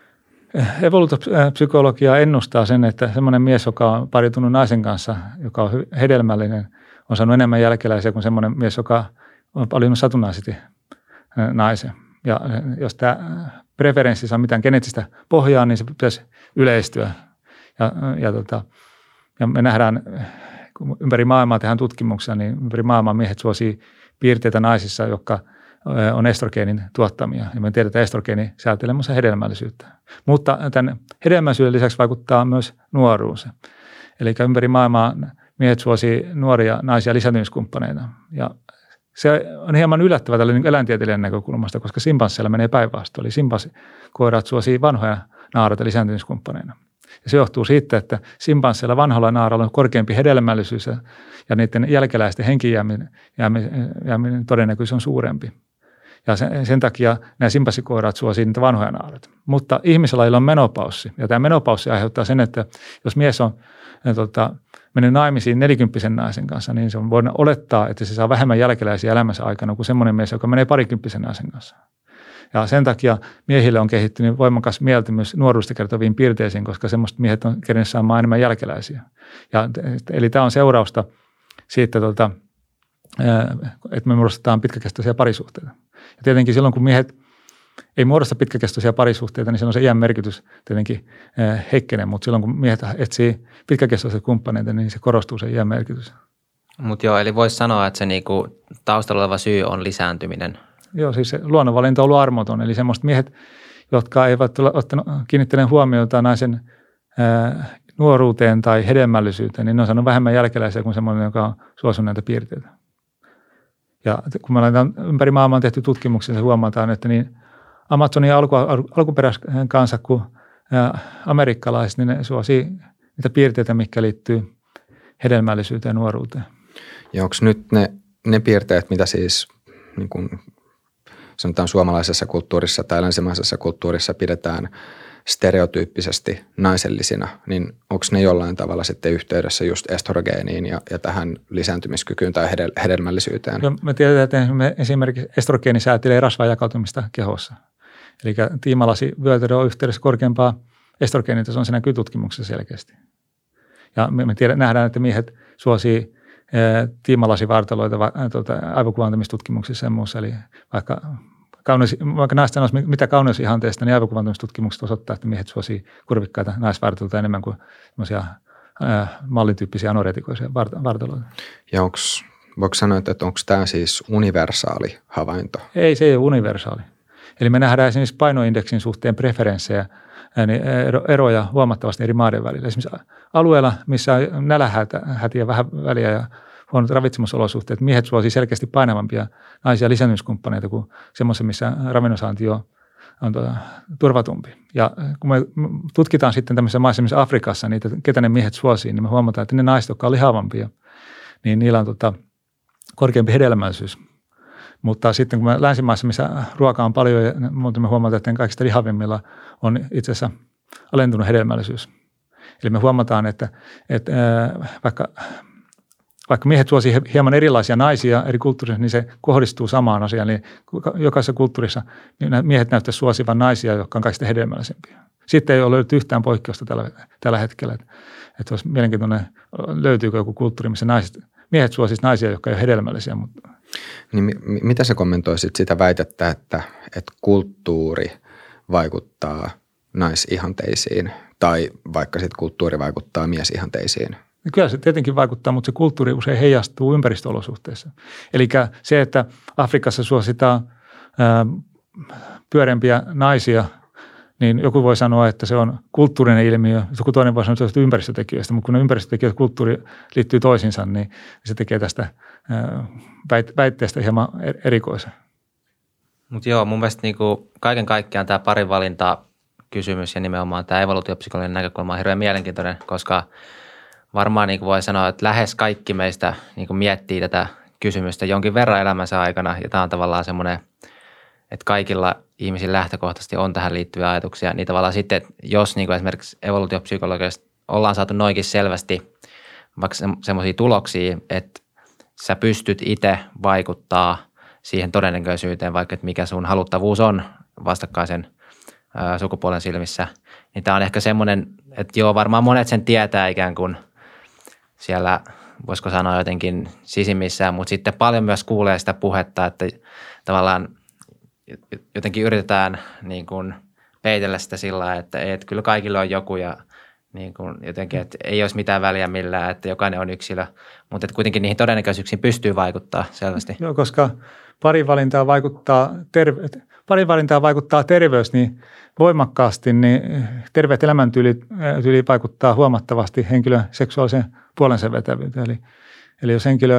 Evoluutiopsykologia ennustaa sen, että semmoinen mies, joka on paritunut naisen kanssa, joka on hedelmällinen, on saanut enemmän jälkeläisiä kuin semmoinen mies, joka on valinnut satunnaisesti naisen. Ja jos tämä preferenssi saa mitään geneettistä pohjaa, niin se pitäisi yleistyä. Ja, ja, tota, ja me nähdään, kun ympäri maailmaa tehdään tutkimuksia, niin ympäri maailmaa miehet suosii piirteitä naisissa, jotka on estrogeenin tuottamia. Ja me tiedetään, että estrogeeni säätelee myös hedelmällisyyttä. Mutta tämän hedelmällisyyden lisäksi vaikuttaa myös nuoruus. Eli ympäri maailmaa miehet suosii nuoria naisia lisääntymiskumppaneina. Ja se on hieman yllättävää tällä niin eläintieteilijän näkökulmasta, koska simpansseilla menee päinvastoin. Eli simpanssikoirat suosii vanhoja naaraita lisääntymiskumppaneina. Ja se johtuu siitä, että simpansseilla vanhalla naaralla on korkeampi hedelmällisyys ja, ja niiden jälkeläisten henkijääminen jääminen todennäköisyys on suurempi. Ja sen, sen takia nämä simpanssikoirat suosii niitä vanhoja naaraita. Mutta ihmislajilla on menopaussi. Ja tämä menopaussi aiheuttaa sen, että jos mies on ja, tota, mennyt naimisiin nelikymppisen naisen kanssa, niin se on voidaan olettaa, että se saa vähemmän jälkeläisiä elämänsä aikana kuin semmoinen mies, joka menee parikymppisen naisen kanssa. Ja sen takia miehille on kehittynyt voimakas mieltymys nuoruudesta kertoviin piirteisiin, koska semmoiset miehet on kerinyt saamaan enemmän jälkeläisiä. Ja, eli tämä on seurausta siitä, tota, että me muodostetaan pitkäkestoisia parisuhteita. Ja tietenkin silloin, kun miehet ei muodosta pitkäkestoisia parisuhteita, niin silloin se iän merkitys tietenkin heikkenee, mutta silloin, kun miehet etsii pitkäkestoisia kumppaneita, niin se korostuu se iän merkitys. Mutta joo, eli voisi sanoa, että se niinku taustalla oleva syy on lisääntyminen. Joo, siis se luonnonvalinta on ollut armoton, eli semmoiset miehet, jotka eivät ole ottanut, kiinnittäneet huomiota naisen ää, nuoruuteen tai hedelmällisyyteen, niin ne on saanut vähemmän jälkeläisiä kuin semmoinen, joka on suosinut näitä piirteitä. Ja kun me ollaan ympäri maailmaa tehty tutkimuksia, se huomataan, että niin Amazonin alku, alkuperäiskansa kuin ää, amerikkalaiset, niin ne suosii niitä piirteitä, mitkä liittyy hedelmällisyyteen ja nuoruuteen. Ja onko nyt ne, ne piirteet, mitä siis niin kuin sanotaan suomalaisessa kulttuurissa tai länsimaisessa kulttuurissa pidetään stereotyyppisesti naisellisina, niin onko ne jollain tavalla sitten yhteydessä just estrogeeniin ja, ja tähän lisääntymiskykyyn tai hedel, hedelmällisyyteen? Joo, me tiedetään, että esimerkiksi estrogeeni säätelee rasvan jakautumista kehossa. Eli tiimalasivyötärö on yhteydessä korkeampaa estrogeenitasoon, se näkyy tutkimuksessa selkeästi. Ja me, me tiedä, nähdään, että miehet suosii tiimalasivartaloita tuota, aivokuvantamistutkimuksissa ja muussa. Eli vaikka, kauneus, vaikka naisten olisi mitä kauneusihanteesta, niin aivokuvantamistutkimukset osoittaa, että miehet suosii kurvikkaita naisvartaloita enemmän kuin semmoisia mallityyppisiä anoretikoisia vartaloita. Ja onks, voiko sanoa, että onko tämä siis universaali havainto? Ei, se ei ole universaali. Eli me nähdään esimerkiksi painoindeksin suhteen preferenssejä, niin eroja huomattavasti eri maiden välillä. Esimerkiksi alueella, missä on nälähätiä vähän väliä ja huonot ravitsemusolosuhteet, miehet suosii selkeästi painavampia naisia lisääntymiskumppaneita kuin semmoisia, missä ravinnonsaanti on, on tuota, turvatumpi. Ja kun me tutkitaan sitten tämmöisissä maissa, missä Afrikassa niitä, ketä ne miehet suosii, niin me huomataan, että ne naiset, jotka on lihavampia, niin niillä on tuota, korkeampi hedelmällisyys. Mutta sitten kun me länsimaissa, missä ruokaa on paljon, ja me huomataan, että kaikista lihavimmilla on itse asiassa alentunut hedelmällisyys. Eli me huomataan, että, että vaikka, vaikka miehet suosii hieman erilaisia naisia eri kulttuurissa, niin se kohdistuu samaan asiaan. Eli jokaisessa kulttuurissa miehet näyttävät suosivan naisia, jotka on kaikista hedelmällisempiä. Sitten ei ole löytynyt yhtään poikkeusta tällä, tällä hetkellä. Että, että olisi mielenkiintoinen, löytyykö joku kulttuuri, missä naiset, miehet suosisivat naisia, jotka ei ole hedelmällisiä. Mutta. Niin, mitä sä kommentoisit sitä väitettä, että, että kulttuuri vaikuttaa naisihanteisiin tai vaikka sitten kulttuuri vaikuttaa miesihanteisiin? Kyllä se tietenkin vaikuttaa, mutta se kulttuuri usein heijastuu ympäristöolosuhteissa. Eli se, että Afrikassa suositaan ää, pyöreämpiä naisia, niin joku voi sanoa, että se on kulttuurinen ilmiö, joku toinen voi sanoa, että se on ympäristötekijöistä, mutta kun ne ympäristötekijät ja kulttuuri liittyy toisiinsa, niin se tekee tästä väitteestä hieman erikoisen. Mutta joo, mun mielestä niinku kaiken kaikkiaan tämä parinvalinta kysymys ja nimenomaan tämä evoluutiopsykologinen näkökulma on hirveän mielenkiintoinen, koska varmaan niinku voi sanoa, että lähes kaikki meistä niinku miettii tätä kysymystä jonkin verran elämänsä aikana ja tämä on tavallaan semmoinen, että kaikilla ihmisillä lähtökohtaisesti on tähän liittyviä ajatuksia, niin tavallaan sitten, että jos niin kuin esimerkiksi evoluutiopsykologiasta ollaan saatu noinkin selvästi vaikka se, semmoisia tuloksia, että sä pystyt itse vaikuttaa siihen todennäköisyyteen, vaikka että mikä sun haluttavuus on vastakkaisen ää, sukupuolen silmissä, niin tämä on ehkä semmoinen, että joo, varmaan monet sen tietää ikään kuin siellä, voisiko sanoa jotenkin sisimmissään, mutta sitten paljon myös kuulee sitä puhetta, että tavallaan jotenkin yritetään niin kuin peitellä sitä sillä lailla, että, että kyllä kaikilla on joku ja niin kuin jotenkin, että ei olisi mitään väliä millään, että jokainen on yksilö, mutta että kuitenkin niihin todennäköisyyksiin pystyy vaikuttaa selvästi. Joo, koska parinvalintaa vaikuttaa, terve, parinvalintaa vaikuttaa terveys niin voimakkaasti, niin terveet elämäntyylit tyyli vaikuttaa huomattavasti henkilön seksuaaliseen puolensa vetävyyteen. Eli, eli jos henkilö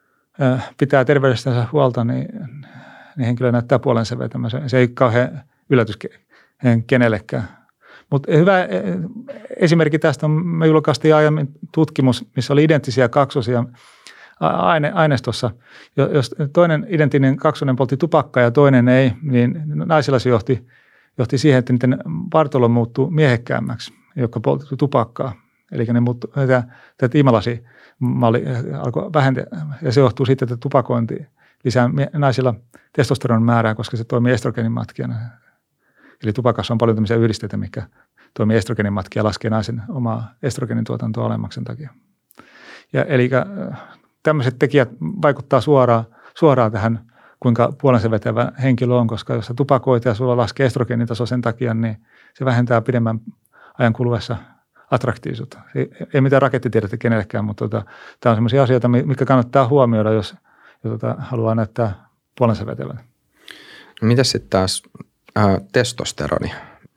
pitää terveydestänsä huolta, niin niin henkilö näyttää puolensa vetämään. Se ei kauhean yllätys kenellekään. Mutta hyvä esimerkki tästä on, me julkaistiin aiemmin tutkimus, missä oli identtisiä kaksosia aine, aineistossa. Jos toinen identtinen kaksonen poltti tupakkaa ja toinen ei, niin naisilla se johti, johti siihen, että niiden vartalo muuttui miehekkäämmäksi, joka poltti tupakkaa. Eli ne muuttui, tämä tiimalasimalli alkoi vähentää ja se johtuu siitä, että tupakointi lisää naisilla testosteronin määrää, koska se toimii estrogeenimatkijana. Eli tupakassa on paljon tämmöisiä yhdisteitä, mikä toimii estrogeenimatkia ja laskee naisen omaa estrogenin tuotantoa alemmaksen takia. Ja eli tämmöiset tekijät vaikuttaa suoraan, suoraan tähän, kuinka puolensa vetävä henkilö on, koska jos sä tupakoit ja sulla laskee estrogeenitaso sen takia, niin se vähentää pidemmän ajan kuluessa attraktiivisuutta. Ei, ei mitään rakettitiedettä kenellekään, mutta tota, tämä on sellaisia asioita, mitkä kannattaa huomioida, jos ja tota, haluaa näyttää puolensa vetävän. No mitäs sitten taas äh, testosteroni?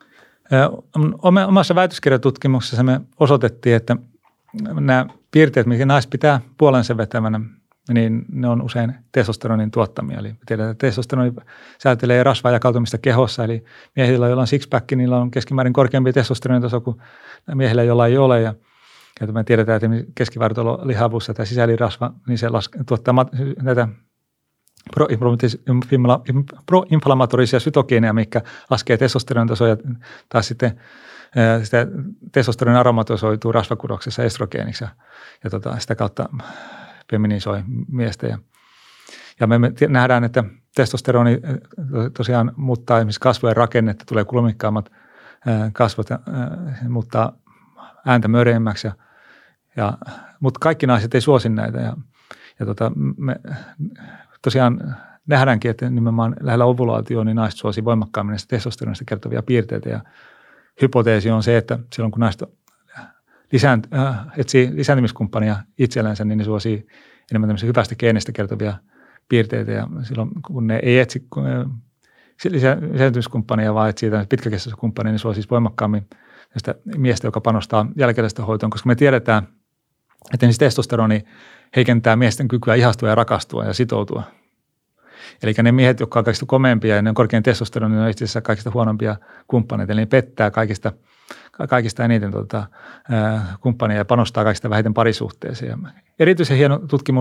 Omassa väitöskirjatutkimuksessa me osoitettiin, että nämä piirteet, mitkä naiset pitää puolensa vetävänä, niin ne on usein testosteronin tuottamia. Eli tiedetään, että testosteroni säätelee rasvaa jakautumista kehossa, eli miehillä, joilla on six-pack, niillä on keskimäärin korkeampi testosteronin taso kuin miehillä, joilla ei ole. Ja Ja me tiedetään, että keskivartalolihavuus tai sisäelirasva, niin se laske, tuottaa näitä proinflammatorisia sytogeeneja, mikä laskee testosteronin tasoja, taas sitten sitä testosteronin aromatisoituu rasvakudoksessa estrogeeniksi ja, ja tota, sitä kautta feminisoi miestä. Ja, ja me nähdään, että testosteroni tosiaan muuttaa esimerkiksi kasvojen rakennetta, tulee kulmikkaammat kasvot ja muuttaa ääntä möreimmäksi, ja, ja, mutta kaikki naiset ei suosi näitä. Ja, ja tota, me tosiaan nähdäänkin, että nimenomaan lähellä ovulaatioon niin naiset suosii voimakkaammin näistä testosteronista kertovia piirteitä. Ja hypoteesi on se, että silloin kun naiset lisään, äh, etsii lisääntymiskumppania itsellänsä, niin ne suosii enemmän tämmöisiä hyvästä geenistä kertovia piirteitä. Ja silloin kun ne ei etsi lisääntymiskumppania, vaan etsii pitkäkestoista kumppania, niin suosii voimakkaammin tästä miestä, joka panostaa jälkeläistä hoitoon, koska me tiedetään, että niin testosteroni heikentää miesten kykyä ihastua ja rakastua ja sitoutua. Eli ne miehet, jotka ovat kaikista komeampia ja ne on korkein testosteroni, ne on itse asiassa kaikista huonompia kumppaneita. Eli ne pettää kaikista, kaikista eniten tuota, kumppaneja ja panostaa kaikista vähiten parisuhteeseen. Erityisen hieno tutkimus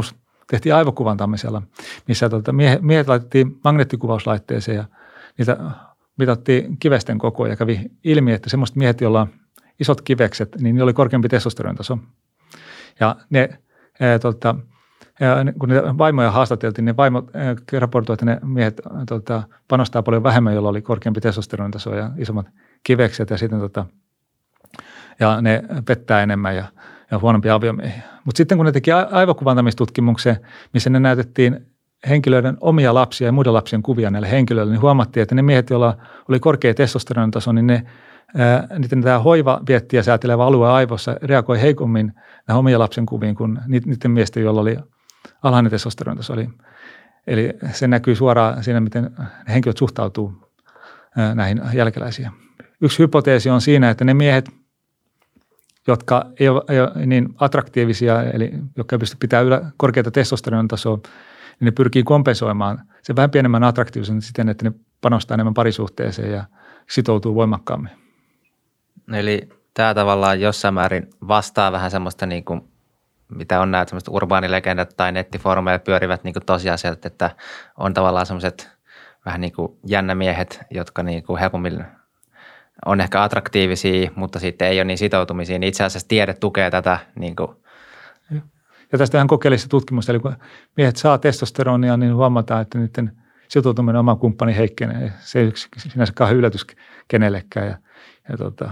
tehtiin aivokuvantamisella, missä tota, miehet, miehet laitettiin magneettikuvauslaitteeseen ja niitä mitattiin kivesten kokoa ja kävi ilmi, että semmoiset miehet, joilla on isot kivekset, niin niillä oli korkeampi testosteronitaso. Ja ne, ää, tota, ja kun niitä vaimoja haastateltiin, niin vaimot ää, raportoivat, että ne miehet tota, panostaa paljon vähemmän, jolla oli korkeampi testosteronitaso ja isommat kivekset ja sitten tota, ja ne pettää enemmän ja, ja huonompia aviomiehiä. Mutta sitten kun ne teki aivokuvantamistutkimukseen, missä ne näytettiin henkilöiden omia lapsia ja muiden lapsien kuvia näille henkilöille, niin huomattiin, että ne miehet, joilla oli korkea testosteronitaso, niin ne, ää, niiden tämä hoivaviettiä säätelevä alue aivossa reagoi heikommin näihin omia lapsen kuviin kuin niiden miesten, joilla oli alhainen testosteronitaso. Eli, eli se näkyy suoraan siinä, miten henkilöt suhtautuu ää, näihin jälkeläisiin. Yksi hypoteesi on siinä, että ne miehet, jotka ei ole, ei ole niin attraktiivisia, eli jotka ei pysty pitämään yllä korkeata testosteronitasoa, niin ne pyrkii kompensoimaan sen vähän pienemmän attraktiivisen siten, että ne panostaa enemmän parisuhteeseen ja sitoutuu voimakkaammin. Eli tämä tavallaan jossain määrin vastaa vähän semmoista, niin kuin, mitä on näitä semmoista urbaanilegendat tai nettifoorumeilla pyörivät niin kuin tosiasiat, että on tavallaan semmoiset vähän niin kuin jännämiehet, jotka niin kuin helpommin on ehkä attraktiivisia, mutta sitten ei ole niin sitoutumisia. Niin itse asiassa tiede tukee tätä. Niin kuin. Ja tästähän kokeellista tutkimusta, eli kun miehet saa testosteronia, niin huomataan, että niiden sitoutuminen oman kumppani heikkenee. Se ei sinänsä kauhean yllätys kenellekään. Ja, ja tota.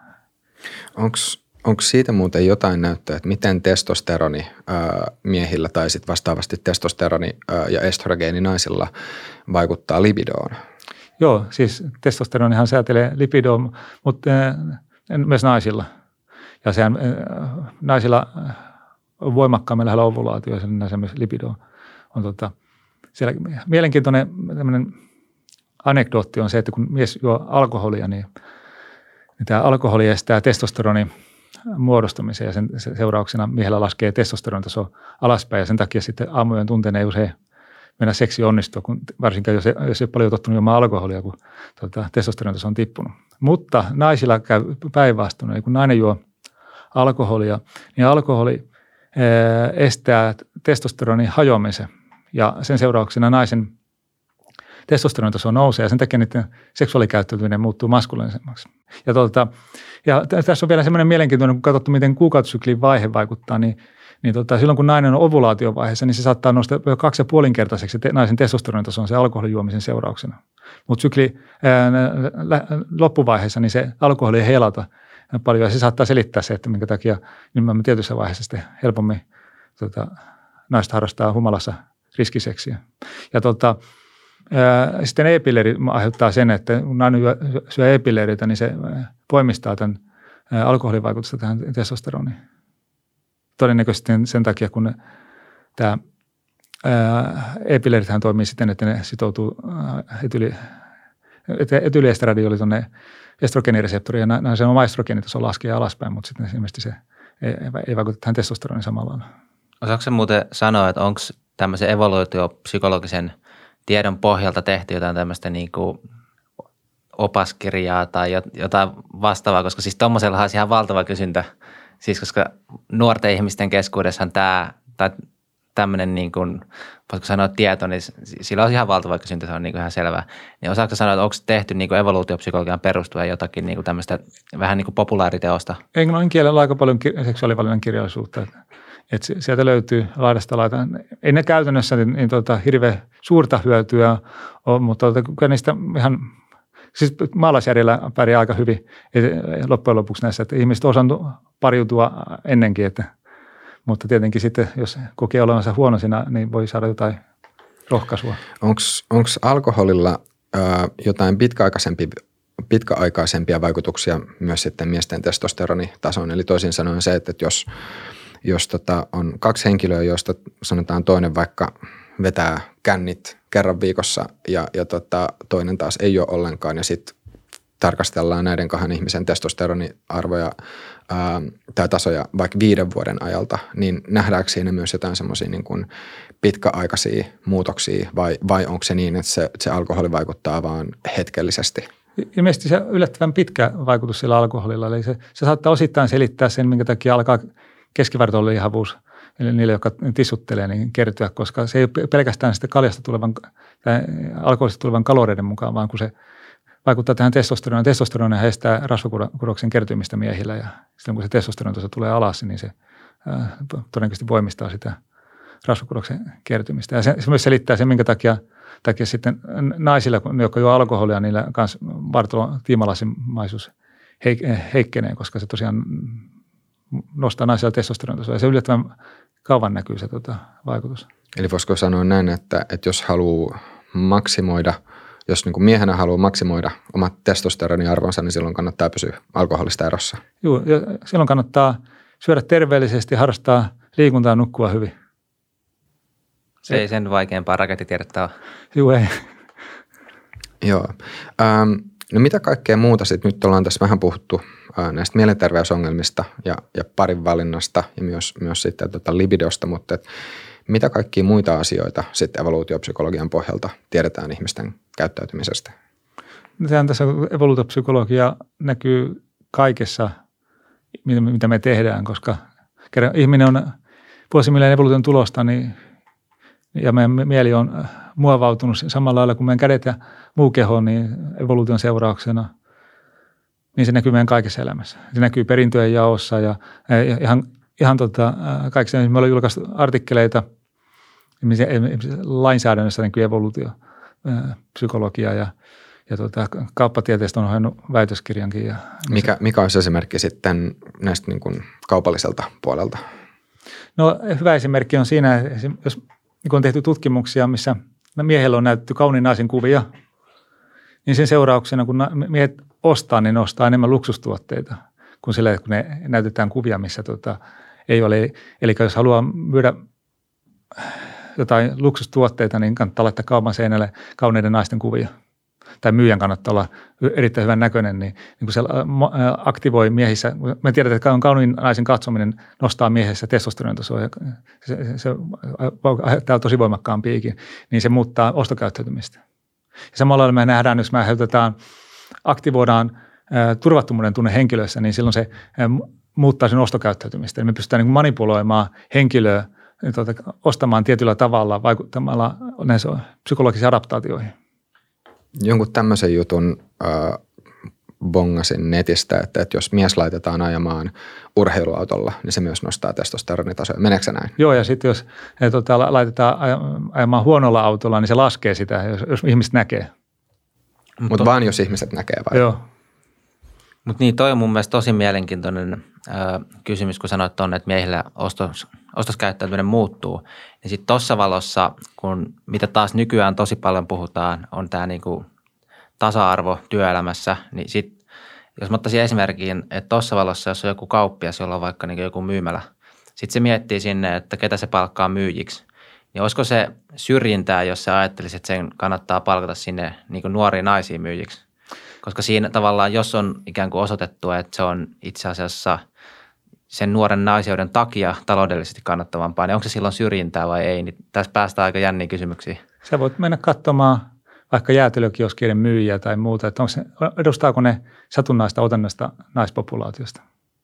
Onko siitä muuten jotain näyttöä, että miten testosteroni ää, miehillä tai sitten vastaavasti testosteroni ää, ja estrogeeni naisilla vaikuttaa libidoon? Joo, siis testosteronihan säätelee lipidoa, mutta myös naisilla. Ja sehän naisilla on voimakkaammin lähellä ovulaatio ja sen myös lipido on tota, siellä mielenkiintoinen tämmöinen anekdootti on se, että kun mies juo alkoholia, niin, niin tämä alkoholi estää testosteronin muodostumisen ja sen seurauksena miehellä laskee testosteronitaso alaspäin ja sen takia sitten aamujen tunteen ei usein mennä seksi onnistua, kun varsinkaan jos ei, jos ei paljon tottunut juomaan alkoholia, kun tuota, testosteronitaso on tippunut. Mutta naisilla käy päinvastoin, eli kun nainen juo alkoholia, niin alkoholi ää, estää testosteronin hajoamisen ja sen seurauksena naisen testosteronitaso nousee ja sen takia niiden seksuaalikäyttäytyminen muuttuu maskuliinisemmaksi. Ja, tuota, ja tässä on vielä semmoinen mielenkiintoinen, kun katsottu, miten kuukautissyklin vaihe vaikuttaa, niin Niin tota, silloin kun nainen on ovulaatiovaiheessa, niin se saattaa nostaa kaksi ja puolinkertaiseksi te, naisen testosteronitason se alkoholijuomisen seurauksena. Mutta sykli ää, loppuvaiheessa niin se alkoholi ei helata paljon ja se saattaa selittää se, että minkä takia niin tietyssä vaiheessa sitten helpommin tota, naista harrastaa humalassa riskiseksiä. Ja tota, ää, sitten e-pilleri aiheuttaa sen, että kun nainen syö e-pillereitä, niin se voimistaa tämän ää, alkoholin vaikutusta tähän testosteroniin. Todennäköisesti sen takia, kun tämä e-pillerithän toimii siten, että ne sitoutuu etyli, etyliestradi oli tuonne estrogeenireseptoriin ja naisen oma estrogeenitaso laskee alaspäin, mutta sitten ilmeisesti se ei, ei vaikuta tähän testosteroniin samalla lailla. Osaatko se muuten sanoa, että onko tämmöisen evoluutiopsykologisen tiedon pohjalta tehty jotain tämmöistä niin kuin opaskirjaa tai jotain vastaavaa, koska siis tommosellahan olisi ihan valtava kysyntä. Siis koska nuorten ihmisten keskuudessahan tämä, tai tämmöinen niin kuin, voisiko sanoa tieto, niin sillä on ihan valtava kysyntä, se on niin kuin ihan selvää. Niin osaatko sanoa, että onko tehty niin kuin evoluutiopsykologian perustuen jotakin niin kuin tämmöistä vähän niin kuin populaariteosta? Englannin kielellä on aika paljon seksuaalivalinnan kirjallisuutta, että, että sieltä löytyy laidasta laitaan. Ei ne käytännössä niin, niin tuota, hirveän suurta hyötyä ole, mutta tuota, kyllä niistä ihan... Siis maalaisjärjellä pärjää aika hyvin loppujen lopuksi näissä, että ihmiset osannut pariutua ennenkin, että, mutta tietenkin sitten, jos kokee olevansa huonoisina, niin voi saada jotain rohkaisua. Onko alkoholilla ää, jotain pitkäaikaisempia, pitkäaikaisempia vaikutuksia myös sitten miesten testosteronitasoon? Eli toisin sanoen se, että jos, jos tota on kaksi henkilöä, joista sanotaan toinen vaikka vetää kännit kerran viikossa ja, ja tota, toinen taas ei ole ollenkaan ja sitten tarkastellaan näiden kahden ihmisen testosteroniarvoja ää, tai tasoja vaikka viiden vuoden ajalta, niin nähdäänkö siinä myös jotain semmoisia niin kuin pitkäaikaisia muutoksia vai, vai onko se niin, että se, se alkoholi vaikuttaa vaan hetkellisesti? Ilmeisesti se yllättävän pitkä vaikutus sillä alkoholilla, eli se, se saattaa osittain selittää sen, minkä takia alkaa keskivartalolihavuus niille, jotka tissuttelee, niin kertyä, koska se ei ole pelkästään sitä kaljasta tulevan, tai alkoholista tulevan kaloreiden mukaan, vaan kun se vaikuttaa tähän testosteroniin. Testosteroni estää rasvakudoksen kertymistä miehillä ja sitten kun se testosteron taso tulee alas, niin se ää, todennäköisesti voimistaa sitä rasvakudoksen kertymistä. Ja se, se myös selittää sen, minkä takia, takia sitten naisilla, jotka juo alkoholia, niillä kanssa Bartolo-tiimalaisimaisuus heikkenee, koska se tosiaan nostaa naisilla testosteron tasoa. Ja se yllättävän kauan näkyy se tota, vaikutus. Eli voisiko sanoa näin, että, että jos haluaa maksimoida, jos niin kuin miehenä haluaa maksimoida omat testosteroniarvonsa, niin silloin kannattaa pysyä alkoholista erossa. Joo, ja silloin kannattaa syödä terveellisesti, harrastaa liikuntaa ja nukkua hyvin. Se ei sen vaikeampaa rakettitiedettä ole. Joo, ei. Joo. Ähm, no mitä kaikkea muuta sitten? Nyt ollaan tässä vähän puhuttu äh, näistä mielenterveysongelmista ja, ja parin valinnasta ja myös, myös sitten tota libidosta, mutta et, mitä kaikkia muita asioita sitten evoluutiopsykologian pohjalta tiedetään ihmisten käyttäytymisestä? Sehän tässä evoluutiopsykologia näkyy kaikessa, mitä me tehdään, koska kerran ihminen on vuosimilleen evoluution tulosta, niin, ja meidän mieli on muovautunut samalla lailla kuin meidän kädet ja muu keho, niin evoluution seurauksena, niin se näkyy meidän kaikessa elämässä. Se näkyy perintöjen jaossa ja, ja ihan, ihan tota, kaikissa. Me ollaan julkaistu artikkeleita, lainsäädännössä näkyy evoluutiopsykologia ja, ja tota, kauppatieteestä on ohjannut väitöskirjankin. Ja, mikä, mikä olisi esimerkki sitten näistä niin kuin kaupalliselta puolelta? No hyvä esimerkki on siinä, jos niin on tehty tutkimuksia, missä miehellä on näytetty kauniin naisen kuvia, niin sen seurauksena, kun miehet ostaa, niin ostaa enemmän luksustuotteita kuin sillä, kun ne näytetään kuvia, missä tota, ei ole. Eli jos haluaa myydä jotain luksustuotteita, niin kannattaa laittaa kaupan seinälle kauneiden naisten kuvia. Tai myyjän kannattaa olla erittäin hyvän näköinen, niin, niin kun se aktivoi miehissä, me tiedetään, että kauniin naisen katsominen nostaa miehessä testosteronin tasoa, ja se, se, se aiheuttaa tosi voimakkaan piikin, niin se muuttaa ostokäyttäytymistä. Ja samalla lailla me nähdään, jos me aiheutetaan, aktivoidaan ä, turvattomuuden tunne henkilössä, niin silloin se ä, muuttaa sen ostokäyttäytymistä. Eli me pystytään niin manipuloimaan henkilöä tuota, ostamaan tietyllä tavalla vaikuttamalla näissä psykologisiin adaptaatioihin. Jonkun tämmöisen jutun äh, bongasin netistä, että, että jos mies laitetaan ajamaan urheiluautolla, niin se myös nostaa testosteronitasoja. Meneekö se näin? Joo, ja sitten jos he, tota, laitetaan ajamaan huonolla autolla, niin se laskee sitä, jos, jos ihmiset näkee. Mutta Mut vaan jos ihmiset näkee vai? Joo. Mutta niin, toi on mun mielestä tosi mielenkiintoinen ö, kysymys, kun sanoit tuonne, että miehillä ostos, ostoskäyttäytyminen muuttuu. Niin sitten tuossa valossa, kun mitä taas nykyään tosi paljon puhutaan, on tämä niinku tasa-arvo työelämässä, niin sitten jos mä ottaisin esimerkin, että tuossa valossa, jos on joku kauppias, jolla on vaikka niinku joku myymälä, sitten se miettii sinne, että ketä se palkkaa myyjiksi. Niin olisiko se syrjintää, jos sä ajattelisit, että sen kannattaa palkata sinne niinku nuoria naisia myyjiksi? Koska siinä tavallaan, jos on ikään kuin osoitettu, että se on itse asiassa sen nuoren naiseuden takia taloudellisesti kannattavampaa, niin onko se silloin syrjintää vai ei? Niin tässä päästään aika jänniä kysymyksiä. Sä voit mennä katsomaan vaikka jäätelökioskien myyjiä tai muuta, että onko se, edustaako ne satunnaista otannasta naispopulaatiosta.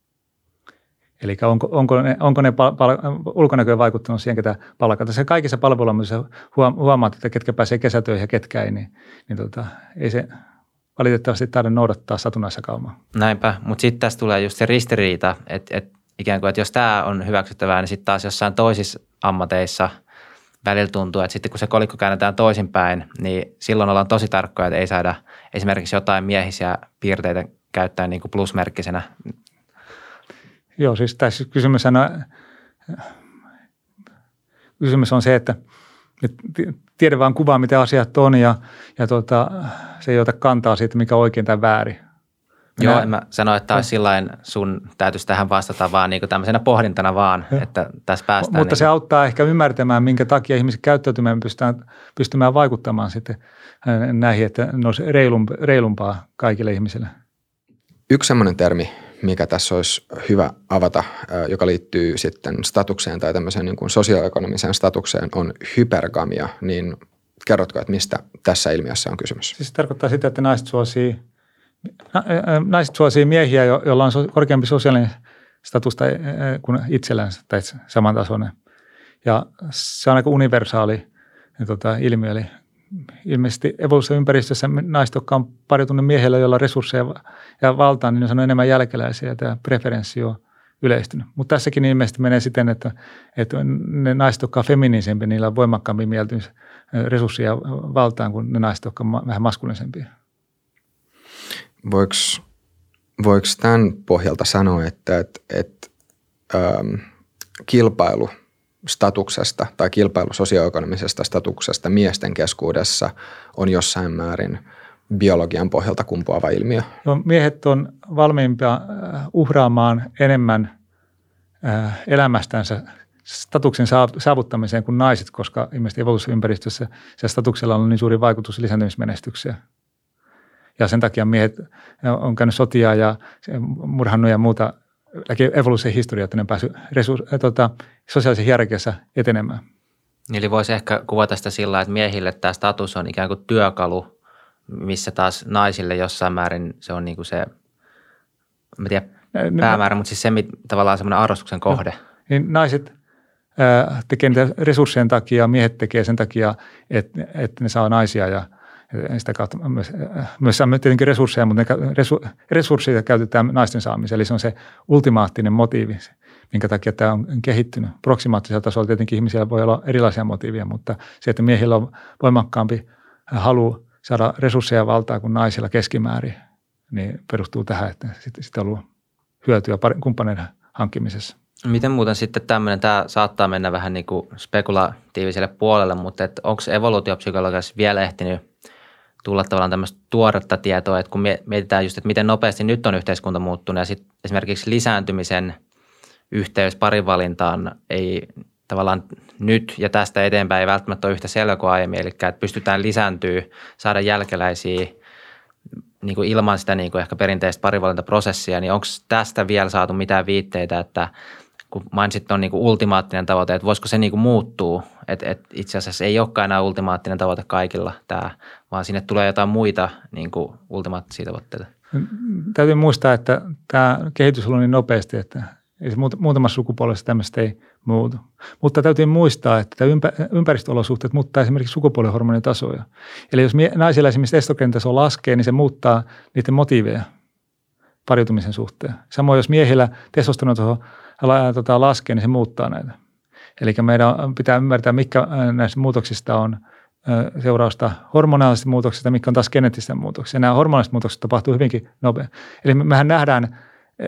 Eli onko, onko ne, onko ne pal- pal- ulkonäköön vaikuttanut siihen, ketä palkata. Se kaikissa palveluissa huomaat, että ketkä pääsee kesätöihin ja ketkä ei, niin, niin tota, ei se valitettavasti taida noudattaa satunnaissakaumaa. Näinpä, mutta sitten tässä tulee just se ristiriita, että, että ikään kuin, että jos tämä on hyväksyttävää, niin sitten taas jossain toisissa ammateissa välillä tuntuu, että sitten kun se kolikko käännetään toisinpäin, niin silloin ollaan tosi tarkkoja, että ei saada esimerkiksi jotain miehisiä piirteitä käyttää niin kuin plusmerkkisenä. Joo, siis tässä kysymys on, kysymys on se, että tiede vaan kuvaa, mitä asiat on ja, ja tuota, se ei ota kantaa siitä, mikä on oikein tai väärin. Joo, Minä, en mä sano, että olisi sillain sun täytyisi tähän vastata vaan niin kuin tämmöisenä pohdintana vaan, jo. Että tässä päästään. Mutta niin se kuin auttaa ehkä ymmärtämään, minkä takia ihmisen käyttäytymään pystytään, pystymään vaikuttamaan sitten näihin, että ne olisi reilumpaa kaikille ihmisille. Yksi semmoinen termi, mikä tässä olisi hyvä avata, joka liittyy sitten statukseen tai tämmöiseen niin kuin sosioekonomiseen statukseen, on hypergamia. Niin kerrotko, että mistä tässä ilmiössä on kysymys? Siis se tarkoittaa sitä, että naiset suosii, naiset suosii miehiä, joilla on korkeampi sosiaalinen status tai kuin itsellänsä tai samantasoinen. Ja se on aika universaali ja tota, ilmiö. Eli ilmeisesti evoluutioympäristössä naiset, jotka on pariutunut miehillä, joilla on resursseja ja valtaa, niin ne on enemmän jälkeläisiä ja tämä preferenssi on yleistynyt. Mutta tässäkin ilmeisesti menee siten, että, että ne naiset, jotka on feminiisempiä, niillä on voimakkaampi mieltymys resursseja valtaan kuin ne naiset, jotka on vähän maskuliinisempia. Voiko, voiko tämän pohjalta sanoa, että, että, että ähm, kilpailu statuksesta tai kilpailu sosioekonomisesta statuksesta miesten keskuudessa on jossain määrin biologian pohjalta kumpuava ilmiö? No, miehet on valmiimpia uhraamaan enemmän elämästänsä statuksen saavuttamiseen kuin naiset, koska ilmeisesti evoluutioympäristössä se statuksella on niin suuri vaikutus lisääntymismenestykseen. Ja sen takia miehet on käynyt sotia ja murhannut ja muuta evoluution historiaa, että ne on päässyt resurs- tuota, sosiaalisen hierarkiassa etenemään. Eli voisi ehkä kuvata sitä sillä, että miehille tämä status on ikään kuin työkalu, missä taas naisille jossain määrin se on niin kuin se, en tiedä päämäärä, no, mutta siis se tavallaan semmoinen arvostuksen kohde. No, niin naiset ää, tekee niitä resurssien takia, miehet tekee sen takia, että, että ne saa naisia ja sitä kautta myös, myös saa tietenkin resursseja, mutta ne resursseja käytetään naisten saamiseen. Eli se on se ultimaattinen motiivi, minkä takia tämä on kehittynyt. Proksimaattisella tasolla tietenkin ihmisillä voi olla erilaisia motiiveja, mutta se, että miehillä on voimakkaampi halu saada resursseja valtaa kuin naisilla keskimäärin, niin perustuu tähän, että sitä on ollut hyötyä kumppaneiden hankkimisessa. Miten muuten sitten tämmöinen, tämä saattaa mennä vähän niin kuin spekulatiiviselle puolelle, mutta että onko evoluutiopsykologiassa vielä ehtinyt tulla tavallaan tämmöistä tuoretta tietoa, että kun mietitään just, että miten nopeasti nyt on yhteiskunta muuttunut ja sitten esimerkiksi lisääntymisen yhteys parinvalintaan ei tavallaan nyt ja tästä eteenpäin ei välttämättä ole yhtä selvä kuin aiemmin, eli että pystytään lisääntyä, saada jälkeläisiä niin kuin ilman sitä niin kuin ehkä perinteistä parivalintaprosessia, niin onko tästä vielä saatu mitään viitteitä, että kun mainitsit on niin kuin ultimaattinen tavoite, että voisiko se niin kuin muuttuu, että, että itse asiassa ei olekaan enää ultimaattinen tavoite kaikilla tämä, vaan sinne tulee jotain muita niin kuin ultimaattisia tavoitteita. Täytyy muistaa, että tämä kehitys on ollut niin nopeasti, että muutamassa sukupolvessa tämmöistä ei muutu. Mutta täytyy muistaa, että ympä, ympäristöolosuhteet muuttaa esimerkiksi sukupuolihormonitasoja. Eli jos mie, naisilla esimerkiksi estrogeenitaso laskee, niin se muuttaa niiden motiiveja pariutumisen suhteen. Samoin jos miehillä testosteronitaso tota, laskee, niin se muuttaa näitä. Eli meidän pitää ymmärtää, mikä näistä muutoksista on seurausta hormonaalisista muutoksista, mikä on taas geneettistä muutoksista. Nämä hormonaaliset muutokset tapahtuu hyvinkin nopeasti. Eli mehän nähdään,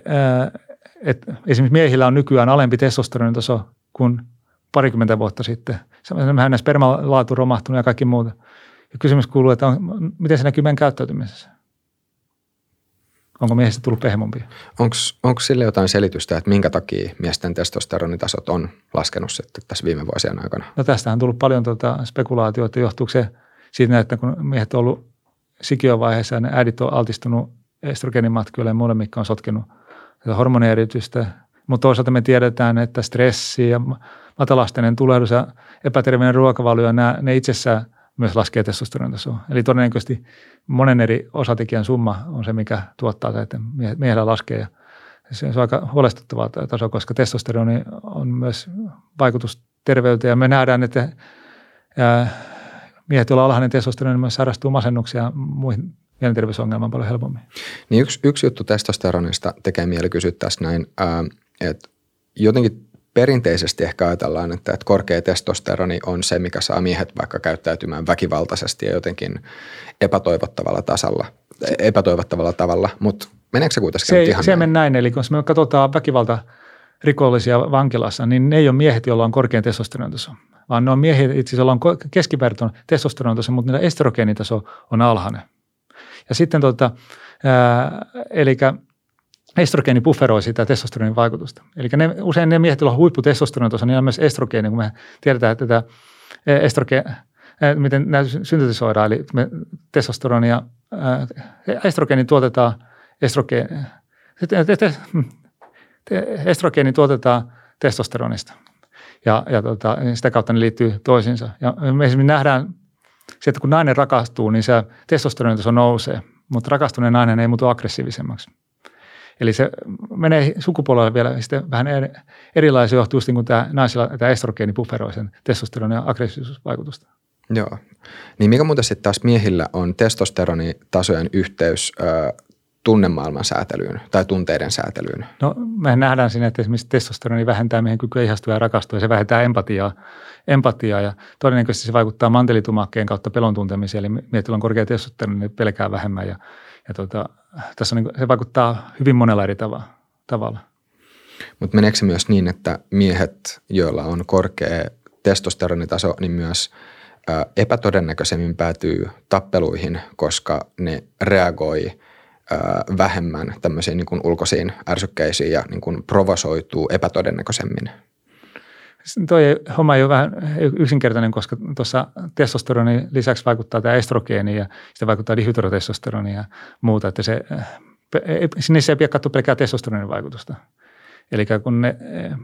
että esimerkiksi miehillä on nykyään alempi testosteronitaso kuin parikymmentä vuotta sitten. Mehän nähdään sperman laatu romahtunut ja kaikki muuta. Ja kysymys kuuluu, että on, miten se näkyy meidän käyttäytymisessä? Onko miehistä tullut pehmompia? Onko sille jotain selitystä, että minkä takia miesten testosteronitasot on laskenut sitten tässä viime vuosien aikana? No tästähän on tullut paljon tuota spekulaatioita. Johtuuko se siitä, että kun miehet on ollut sikiövaiheessa ja ne äidit on altistunut estrogeenimatkoille ja muille, mitkä on sotkenut hormonieritystä. Mutta toisaalta me tiedetään, että stressi ja matalasteinen tulehdus ja epäterveinen ruokavalio, nämä, ne itsessään myös laskee testosteronitasoa. Eli todennäköisesti monen eri osatekijän summa on se, mikä tuottaa se, että miehellä laskee. Ja se on aika huolestuttava taso, koska testosteroni on myös vaikutus terveyteen. Ja me nähdään, että miehet, joilla on alhainen testosteroni, myös sairastuu masennuksia ja muihin mielenterveysongelmaan paljon helpommin. Niin yksi, yksi juttu testosteronista tekee mieli kysyä tässä näin, ää, että jotenkin perinteisesti ehkä ajatellaan, että, että korkea testosteroni on se, mikä saa miehet vaikka käyttäytymään väkivaltaisesti ja jotenkin epätoivottavalla tasalla, epätoivottavalla tavalla, mutta meneekö se kuitenkin se ihan Se näin? menee näin, eli kun me katsotaan väkivalta rikollisia vankilassa, niin ne ei ole miehet, joilla on korkein testosteronitaso, vaan ne on miehet itse asiassa, joilla on keskiverton testosteronitaso, mutta niillä estrogeenitaso on alhainen. Ja sitten tota, ää, eli estrogeeni bufferoi sitä testosteronin vaikutusta. Eli ne, usein ne miehet, joilla on huipputestosteronitaso, niin on myös estrogeeni, kun me tiedetään, että tätä estrogeeni, miten nämä syntetisoidaan, eli me testosteronia, ää, estrogeeni tuotetaan, estrogeeni, estrogeeni tuotetaan testosteronista. Ja, ja tota, sitä kautta ne liittyy toisiinsa. Ja me esimerkiksi nähdään se, että kun nainen rakastuu, niin se testosteronitaso nousee, mutta rakastuneen nainen ei muutu aggressiivisemmaksi. Eli se menee sukupuolella vielä sitten vähän erilaisia, johtuu sitten kun tämä naisilla tämä estrogeeni bufferoi sen testosteronin ja aggressiivisuusvaikutusta. Joo. Niin mikä muuten sitten taas miehillä on testosteronitasojen yhteys ö, tunnemaailman säätelyyn tai tunteiden säätelyyn? No me nähdään siinä, että esimerkiksi testosteroni vähentää miehen kykyä ihastua ja rakastua ja se vähentää empatiaa, empatiaa ja todennäköisesti se vaikuttaa mantelitumakkeen kautta pelon tuntemiseen. Eli miehillä on korkea testosteroni, niin pelkää vähemmän ja, ja tota, tässä on, se vaikuttaa hyvin monella eri tavalla. Mutta meneekö se myös niin, että miehet, joilla on korkea testosteronitaso, niin myös ä, epätodennäköisemmin päätyy tappeluihin, koska ne reagoi vähemmän tämmöisiin niin kuin ulkoisiin ärsykkeisiin ja niin kuin provosoituu epätodennäköisemmin? Tuo homma ei ole vähän yksinkertainen, koska tuossa testosteronin lisäksi vaikuttaa tämä estrogeeni ja sitten vaikuttaa dihydrotestosteroni ja muuta, että se, niissä ei pidä katsoa pelkää testosteronin vaikutusta. Eli kun ne,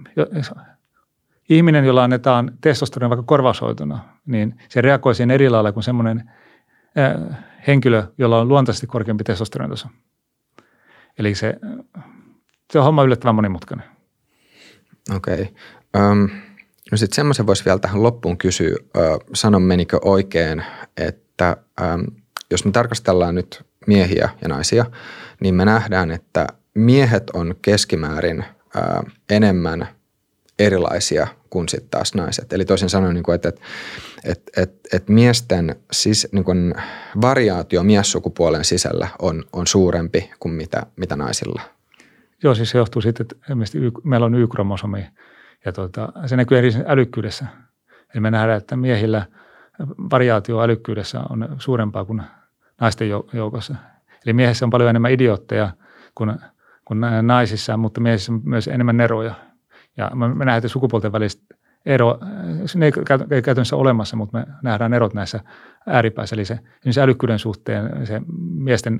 ihminen, jolla annetaan testosteronia vaikka korvaushoitona, niin se reagoi siihen eri lailla kuin semmoinen henkilö, jolla on luontaisesti korkeampi testosteronitaso. Eli se, se on homma yllättävän monimutkainen. Okei. Um, no sitten semmoisen voisi vielä tähän loppuun kysyä, uh, sanon menikö oikein, että um, jos me tarkastellaan nyt miehiä ja naisia, niin me nähdään, että miehet on keskimäärin uh, enemmän erilaisia kuin sitten taas naiset. Eli toisin sanoen, että, että, että, että, että miesten siis, niin kuin variaatio miessukupuolen sisällä on, on suurempi kuin mitä, mitä naisilla. Joo, siis se johtuu siitä, että meillä on Y-kromosomi ja tuota, se näkyy eri älykkyydessä. Eli me nähdään, että miehillä variaatio älykkyydessä on suurempaa kuin naisten joukossa. Eli miehessä on paljon enemmän idiootteja kuin, kuin naisissa, mutta miehissä on myös enemmän neroja. Ja me nähdään, että sukupuolten välistä ero, ne ei käytännössä olemassa, mutta me nähdään erot näissä ääripäissä. Eli se, se älykkyyden suhteen se miesten,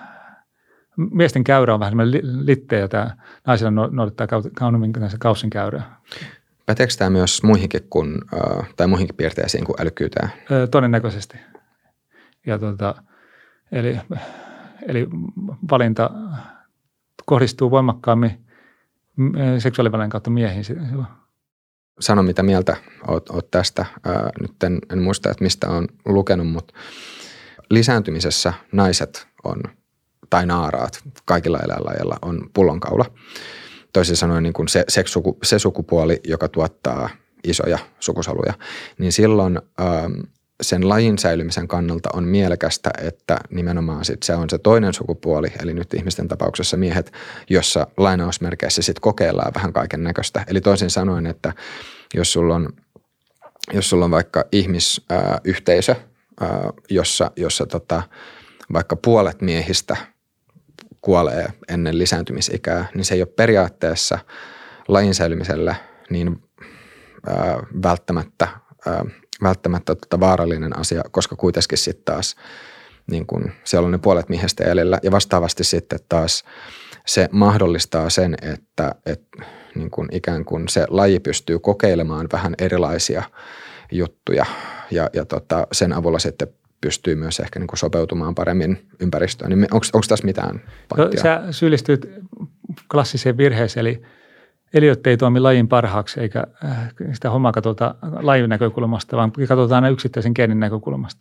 miesten käyrä on vähän semmoinen litteä, ja tämä naisilla noudattaa kauniimmin näissä kaussin käyrää. Päteekö tämä myös muihinkin, kuin, tai muihinkin piirteisiin kuin älykkyyteen? Todennäköisesti. Ja tuota, eli, eli valinta kohdistuu voimakkaammin seksuaalivälinen kautta miehiin. Sano, mitä mieltä oot, oot tästä. Ää, nyt en, en muista, että mistä on lukenut, mutta lisääntymisessä naiset on, tai naaraat kaikilla eläinlajeilla on pullonkaula. Toisin sanoen niin kuin se, se, se sukupuoli, joka tuottaa isoja sukusoluja, niin silloin ää, sen lajin säilymisen kannalta on mielekästä, että nimenomaan sit se on se toinen sukupuoli, eli nyt ihmisten tapauksessa miehet, jossa lainausmerkeissä sitten kokeillaan vähän kaiken näköistä. Eli toisin sanoen, että jos sulla on, jos sulla on vaikka ihmisyhteisö, ää, jossa, jossa tota, vaikka puolet miehistä kuolee ennen lisääntymisikää, niin se ei ole periaatteessa lajin säilymiselle niin ää, välttämättä ää, välttämättä tota vaarallinen asia, koska kuitenkin sitten taas niin kun siellä on ne puolet miehestä jäljellä ja vastaavasti sitten taas se mahdollistaa sen, että, että niin kun ikään kuin se laji pystyy kokeilemaan vähän erilaisia juttuja ja, ja tota, sen avulla sitten pystyy myös ehkä niin kuin sopeutumaan paremmin ympäristöön. Niin onko tässä mitään pointtia? No, sä syyllistyt klassiseen virheeseen, eli eliöt ei toimi lajin parhaaksi, eikä sitä hommaa katsota lajin näkökulmasta, vaan katsotaan aina yksittäisen geenin näkökulmasta.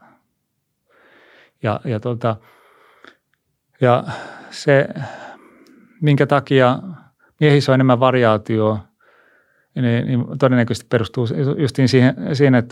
Ja, ja, tuota, ja se, minkä takia miehissä on enemmän variaatioa, niin, niin todennäköisesti perustuu justiin siihen, siihen että,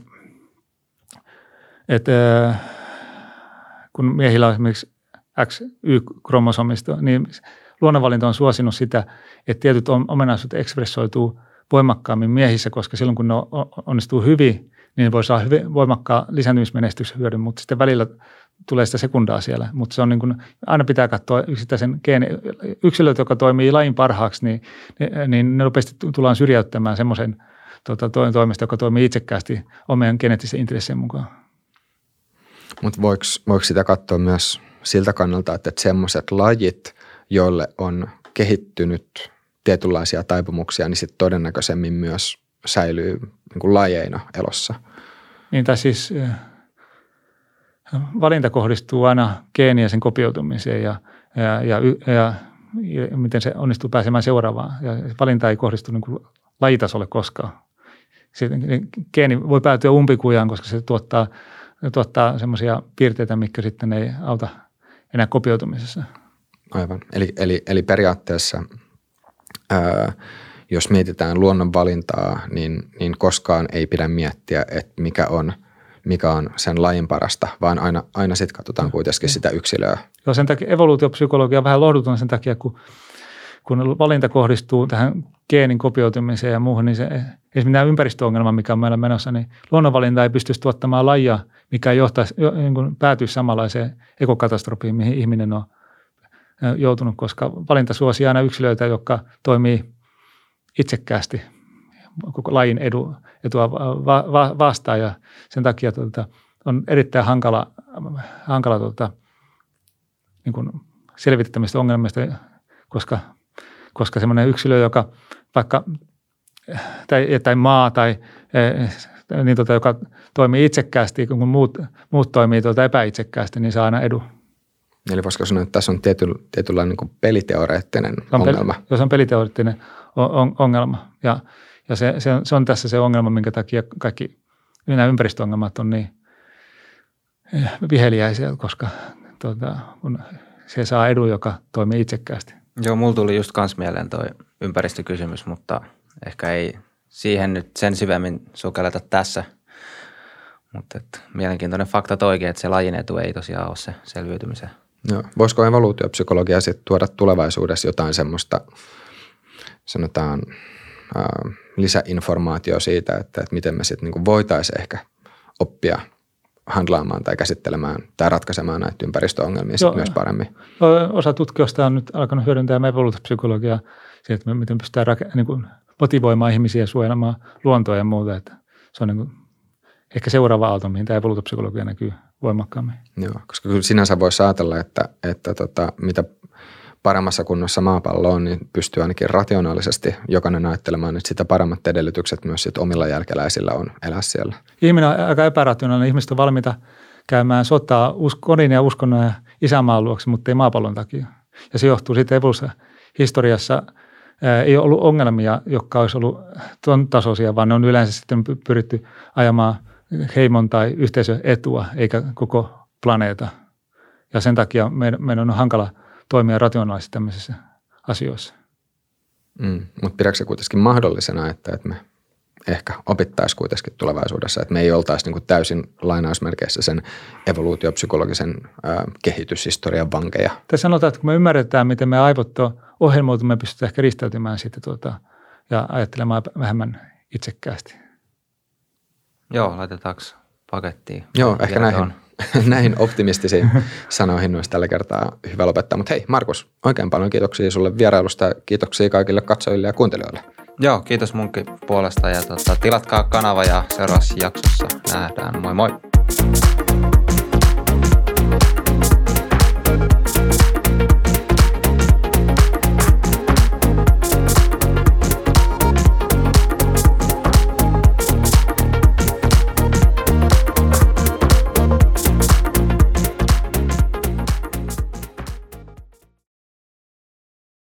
että kun miehillä on esimerkiksi X Y-kromosomista, niin luonnonvalinta on suosinut sitä, että tietyt ominaisuudet ekspressoituu voimakkaammin miehissä, koska silloin kun ne onnistuu hyvin, niin voi saada hyvin voimakkaan lisääntymismenestyksen hyödyn, mutta sitten välillä tulee sitä sekundaa siellä. Mutta se on niin kuin, aina pitää katsoa yksittäisen geeni. Yksilöt, joka toimii lajin parhaaksi, niin, niin ne nopeasti tullaan syrjäyttämään semmoisen tuota, toimesta, joka toimii itsekkäästi omien geneettisten intressien mukaan. Mutta voiko, voiko sitä katsoa myös siltä kannalta, että semmoiset lajit, joille on kehittynyt tietynlaisia taipumuksia, niin sitten todennäköisemmin myös säilyy niin kuin lajeina elossa? Niin, tai siis valinta kohdistuu aina geenien sen kopioitumiseen ja, ja, ja, ja miten se onnistuu pääsemään seuraavaan. Ja valinta ei kohdistu niin kuin lajitasolle koskaan. Se geeni voi päätyä umpikujaan, koska se tuottaa, tuottaa semmoisia piirteitä, mitkä sitten ei auta enää kopioitumisessa. Aivan. Eli, eli, eli periaatteessa, ää, jos mietitään luonnonvalintaa, niin, niin koskaan ei pidä miettiä, että mikä on, mikä on sen lajin parasta, vaan aina, aina sitten katsotaan kuitenkin sitä yksilöä. Joo, sen takia evoluutiopsykologia on vähän lohduton sen takia, kun, kun valinta kohdistuu tähän geenin kopioitumiseen ja muuhun, niin se esimerkiksi tämä ympäristöongelma, mikä on meillä menossa, niin luonnonvalinta ei pystyisi tuottamaan lajia, mikä ei johtaisi, niin kuin päätyisi samanlaiseen ekokatastrofiin, mihin ihminen on joutunut, koska valinta suosii aina yksilöitä, jotka toimii itsekkäästi koko lajin edu, etua va, va, vastaan ja sen takia tuota, on erittäin hankala, hankala tuota, niin kuin selvitettämistä ongelmista, koska, koska semmoinen yksilö, joka vaikka tai, tai maa tai niin tuota, joka toimii itsekkäästi, kun muut, muut toimii tuota epäitsekkäästi, niin saa aina edu. Eli voisiko sanoa, että tässä on tiety, tietynlainen niin kuin peliteoreettinen se on ongelma? Peli, joo, se on peliteoreettinen on, ongelma ja, ja se, se, on, se on tässä se ongelma, minkä takia kaikki nämä ympäristöongelmat on niin viheliäisiä, koska tuota, kun se saa edun, joka toimii itsekkäästi. Joo, mulla tuli just kans mieleen toi ympäristökysymys, mutta ehkä ei siihen nyt sen syvemmin sukelleta tässä. Mutta mielenkiintoinen fakta toikin, että se lajin etu ei tosiaan ole se selviytymisen. Joo. Voisiko evoluutiopsykologia sitten tuoda tulevaisuudessa jotain semmoista, sanotaan ää, lisäinformaatio siitä, että, että miten me sitten niinku voitaisiin ehkä oppia handlaamaan tai käsittelemään tai ratkaisemaan näitä ympäristöongelmia sitten myös paremmin? Osa tutkijoista on nyt alkanut hyödyntää evoluutiopsykologiaa siitä, että miten pystytään rak- niin kuin motivoimaan ihmisiä suojelemaan luontoa ja muuta. Että se on niin kuin ehkä seuraava aalto, mihin tämä evoluutiopsykologia näkyy voimakkaammin. Joo, koska kyllä sinänsä voisi ajatella, että, että tota, mitä paremmassa kunnossa maapallo on, niin pystyy ainakin rationaalisesti jokainen ajattelemaan, että sitä paremmat edellytykset myös sit omilla jälkeläisillä on elää siellä. Ihminen on aika epärationaalinen. Ihmiset on valmiita käymään sotaa kodin ja uskonnon ja isänmaan luoksi, mutta ei maapallon takia. Ja se johtuu siitä evoluutiohistoriassa ei ollut ongelmia, jotka olisi ollut tuon tasoisia, vaan ne on yleensä sitten pyritty ajamaan heimon tai yhteisön etua, eikä koko planeeta. Ja sen takia meidän, meidän on hankala toimia rationaalisesti tämmöisissä asioissa. Mm, mutta pidätkö se kuitenkin mahdollisena, että, että me ehkä opittaisiin kuitenkin tulevaisuudessa, että me ei oltaisi niin kuin täysin lainausmerkeissä sen evoluutiopsykologisen ää, kehityshistorian vankeja? Tässä sanotaan, että kun me ymmärretään, miten me aivot on ohjelmoitu, me pystytään ehkä ristäytymään siitä tuota, ja ajattelemaan vähemmän itsekkäästi. Joo, laitetaanko pakettiin? Joo, ehkä näihin, näihin optimistisiin sanoihin olisi tällä kertaa hyvä lopettaa. Mutta hei Markus, oikein paljon kiitoksia sulle vierailusta ja kiitoksia kaikille katsojille ja kuuntelijoille. Joo, kiitos munkin puolesta ja tota, tilatkaa kanava ja seuraavassa jaksossa nähdään. Moi moi!